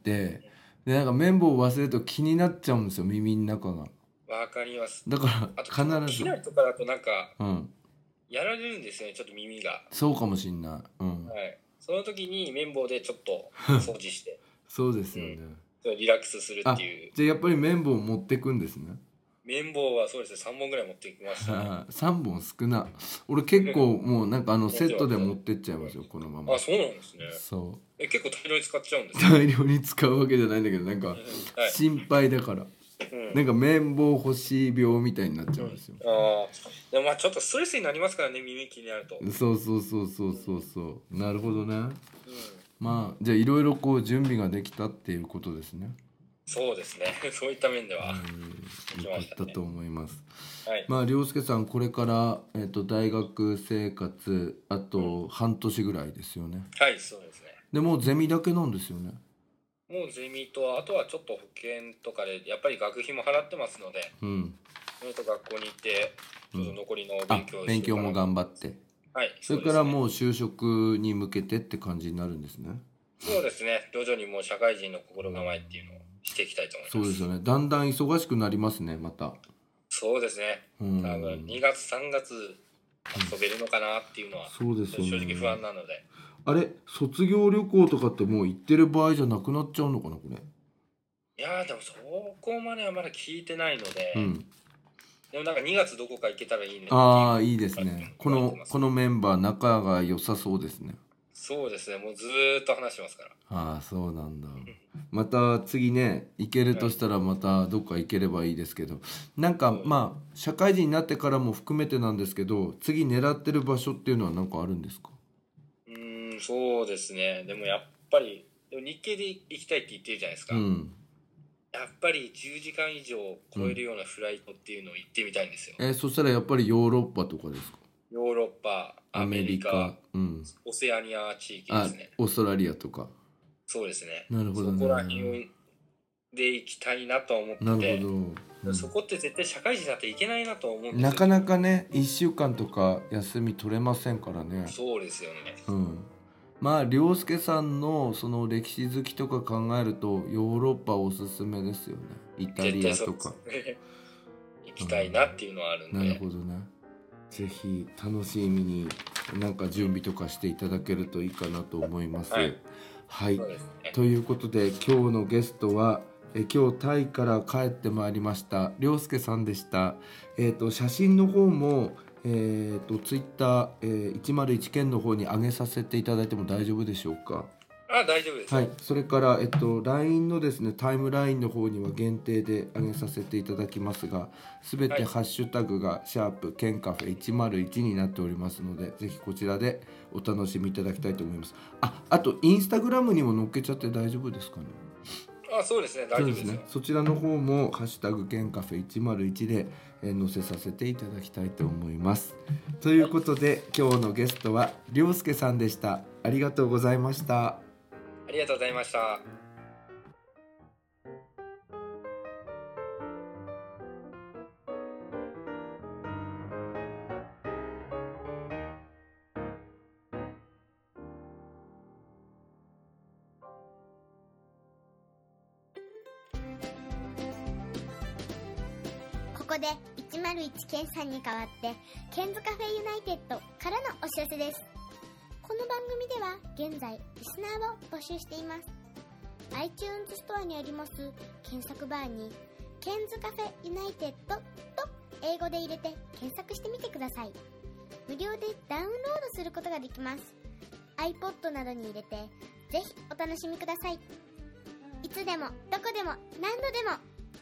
B: でなんか綿棒忘れると気になっちゃうんですよ、耳の中が。
C: わかります。
B: だから必ず
C: 機内とかだとなんか、うん、やられるんですよね、ちょっと耳が。
B: そうかもしんない、うん、
C: はい、その時に綿棒でちょっと掃除して
B: そうですよね、
C: うん、リラックスするっていう。
B: じゃあやっぱり綿棒持ってくんですね。
C: 綿棒はそうですね、さんぼんぐらい持ってきましたね。
B: さんぼん少な。俺結構もうなんかあのセットで持ってっちゃいますよ、このまま。
C: あ、そうなんですね。
B: そう。
C: え、結構大量に使っちゃうんですか？
B: 大量に使うわけじゃないんだけど、なんか心配だから、はい、なんか綿棒欲しい病みたいになっちゃうんですよ、
C: うん、ああ、でもまあちょっとストレスになりますからね、耳気になると。
B: そうそうそうそうそうそう、うん、なるほどね、うん、まあじゃあいろいろこう準備ができたっていうことですね。
C: そうですね、そういった面では、
B: うん、よかったと思います。
C: はい、
B: まあ涼介さんこれから、えーと、大学生活あと半年ぐらいですよね、
C: うん、はい、そうですね。
B: でもうゼミだけなんですよね。
C: もうゼミとあとはちょっと保険とかでやっぱり学費も払ってますので、うん、そのと学校に行ってちょっと残りの勉強をして、
B: うん、勉強も頑張って、はい、それからもう就職に向けてって感じになるんですね。
C: そうですね、徐々にもう社会人の心構えっていうのをしていきたいと思います。
B: そうですよね、だんだん忙しくなりますね、また。
C: そうですね、多分にがつさんがつ遊べるのかなっていうのは、そうですよね、正直不安なので。
B: あれ、卒業旅行とかってもう行ってる場合じゃなくなっちゃうのかな、これ。
C: いやーでもそこまではまだ聞いてないので、うん、でもなんかにがつどこか行けたらいいねっていう。
B: ああ、いいですね。このこのメンバー仲が良さそうですね。
C: そうですね、もうずーっと話してますから。
B: ああ、そうなんだ。また次ね行けるとしたらまたどっか行ければいいですけど、なんかまあ社会人になってからも含めてなんですけど、次狙ってる場所っていうのは何かあるんですか？
C: うーん、そうですね、でもやっぱりでも日系で行きたいって言ってるじゃないですか、うん、やっぱりじゅうじかん以上超えるようなフライトっていうのを行ってみたいんですよ、
B: うん、えー、そしたらやっぱりヨーロッパとかですか？
C: ヨーロッパ、アメリカ、アメリカ、うん、オセアニア地域ですね。
B: あ、オーストラリアとか。
C: そうですね。
B: なるほどね。
C: そこら辺で行きたいなと思ってて。なるほど。うん、そこって絶対社会人だって行けないなと思うんですよ。
B: なかなかね、いっしゅうかんとか休み取れませんからね。
C: そうですよね。
B: うん。まあ涼介さんのその歴史好きとか考えるとヨーロッパおすすめですよね。イタリアとか。
C: 行きたいなっていうのはあるんで。
B: うん、なるほどね。 ぜひ楽しみになんか準備とかしていただけるといいかなと思います。はい、はい、ということで今日のゲストはえ今日タイから帰ってまいりました涼介さんでした。えーと写真の方もえーとツイッター、えー、いちまるいち県の方に上げさせていただいても大丈夫でしょうか？
C: あ、大丈夫です。
B: はい、それから、えっと、ライン のですねタイムラインの方には限定で上げさせていただきますが、すべてハッシュタグがシャープケンカフェいちまるいちになっておりますので、ぜひこちらでお楽しみいただきたいと思います。あ、あとインスタグラムにも載っけちゃって大丈夫ですかね？
C: あ、そうですね、大丈夫です。
B: そうですね、そちらの方もハッシュタグケンカフェいちまるいちで、えー、載せさせていただきたいと思います。ということで今日のゲストは涼介さんでした。ありがとうございました。
C: ありがとうございました。
A: ここでいちまるいちケンさんに代わってケンズカフェユナイテッドからのお知らせです。この番組では現在リスナーを募集しています。 iTunes ストアにあります検索バーにケンズカフェユナイテッドと英語で入れて検索してみてください。無料でダウンロードすることができます。 iPod などに入れてぜひお楽しみください。いつでもどこでも何度でも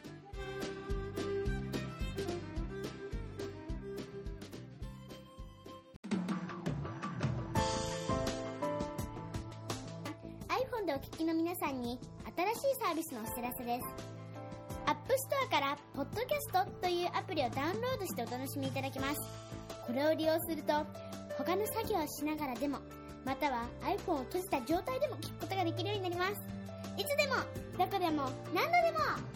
A: お聞きの皆さんに新しいサービスのお知らせです。アップストアからポッドキャストというアプリをダウンロードしてお楽しみいただけます。これを利用すると他の作業をしながらでも、または iPhone を閉じた状態でも聞くことができるようになります。いつでもどこでも何度でも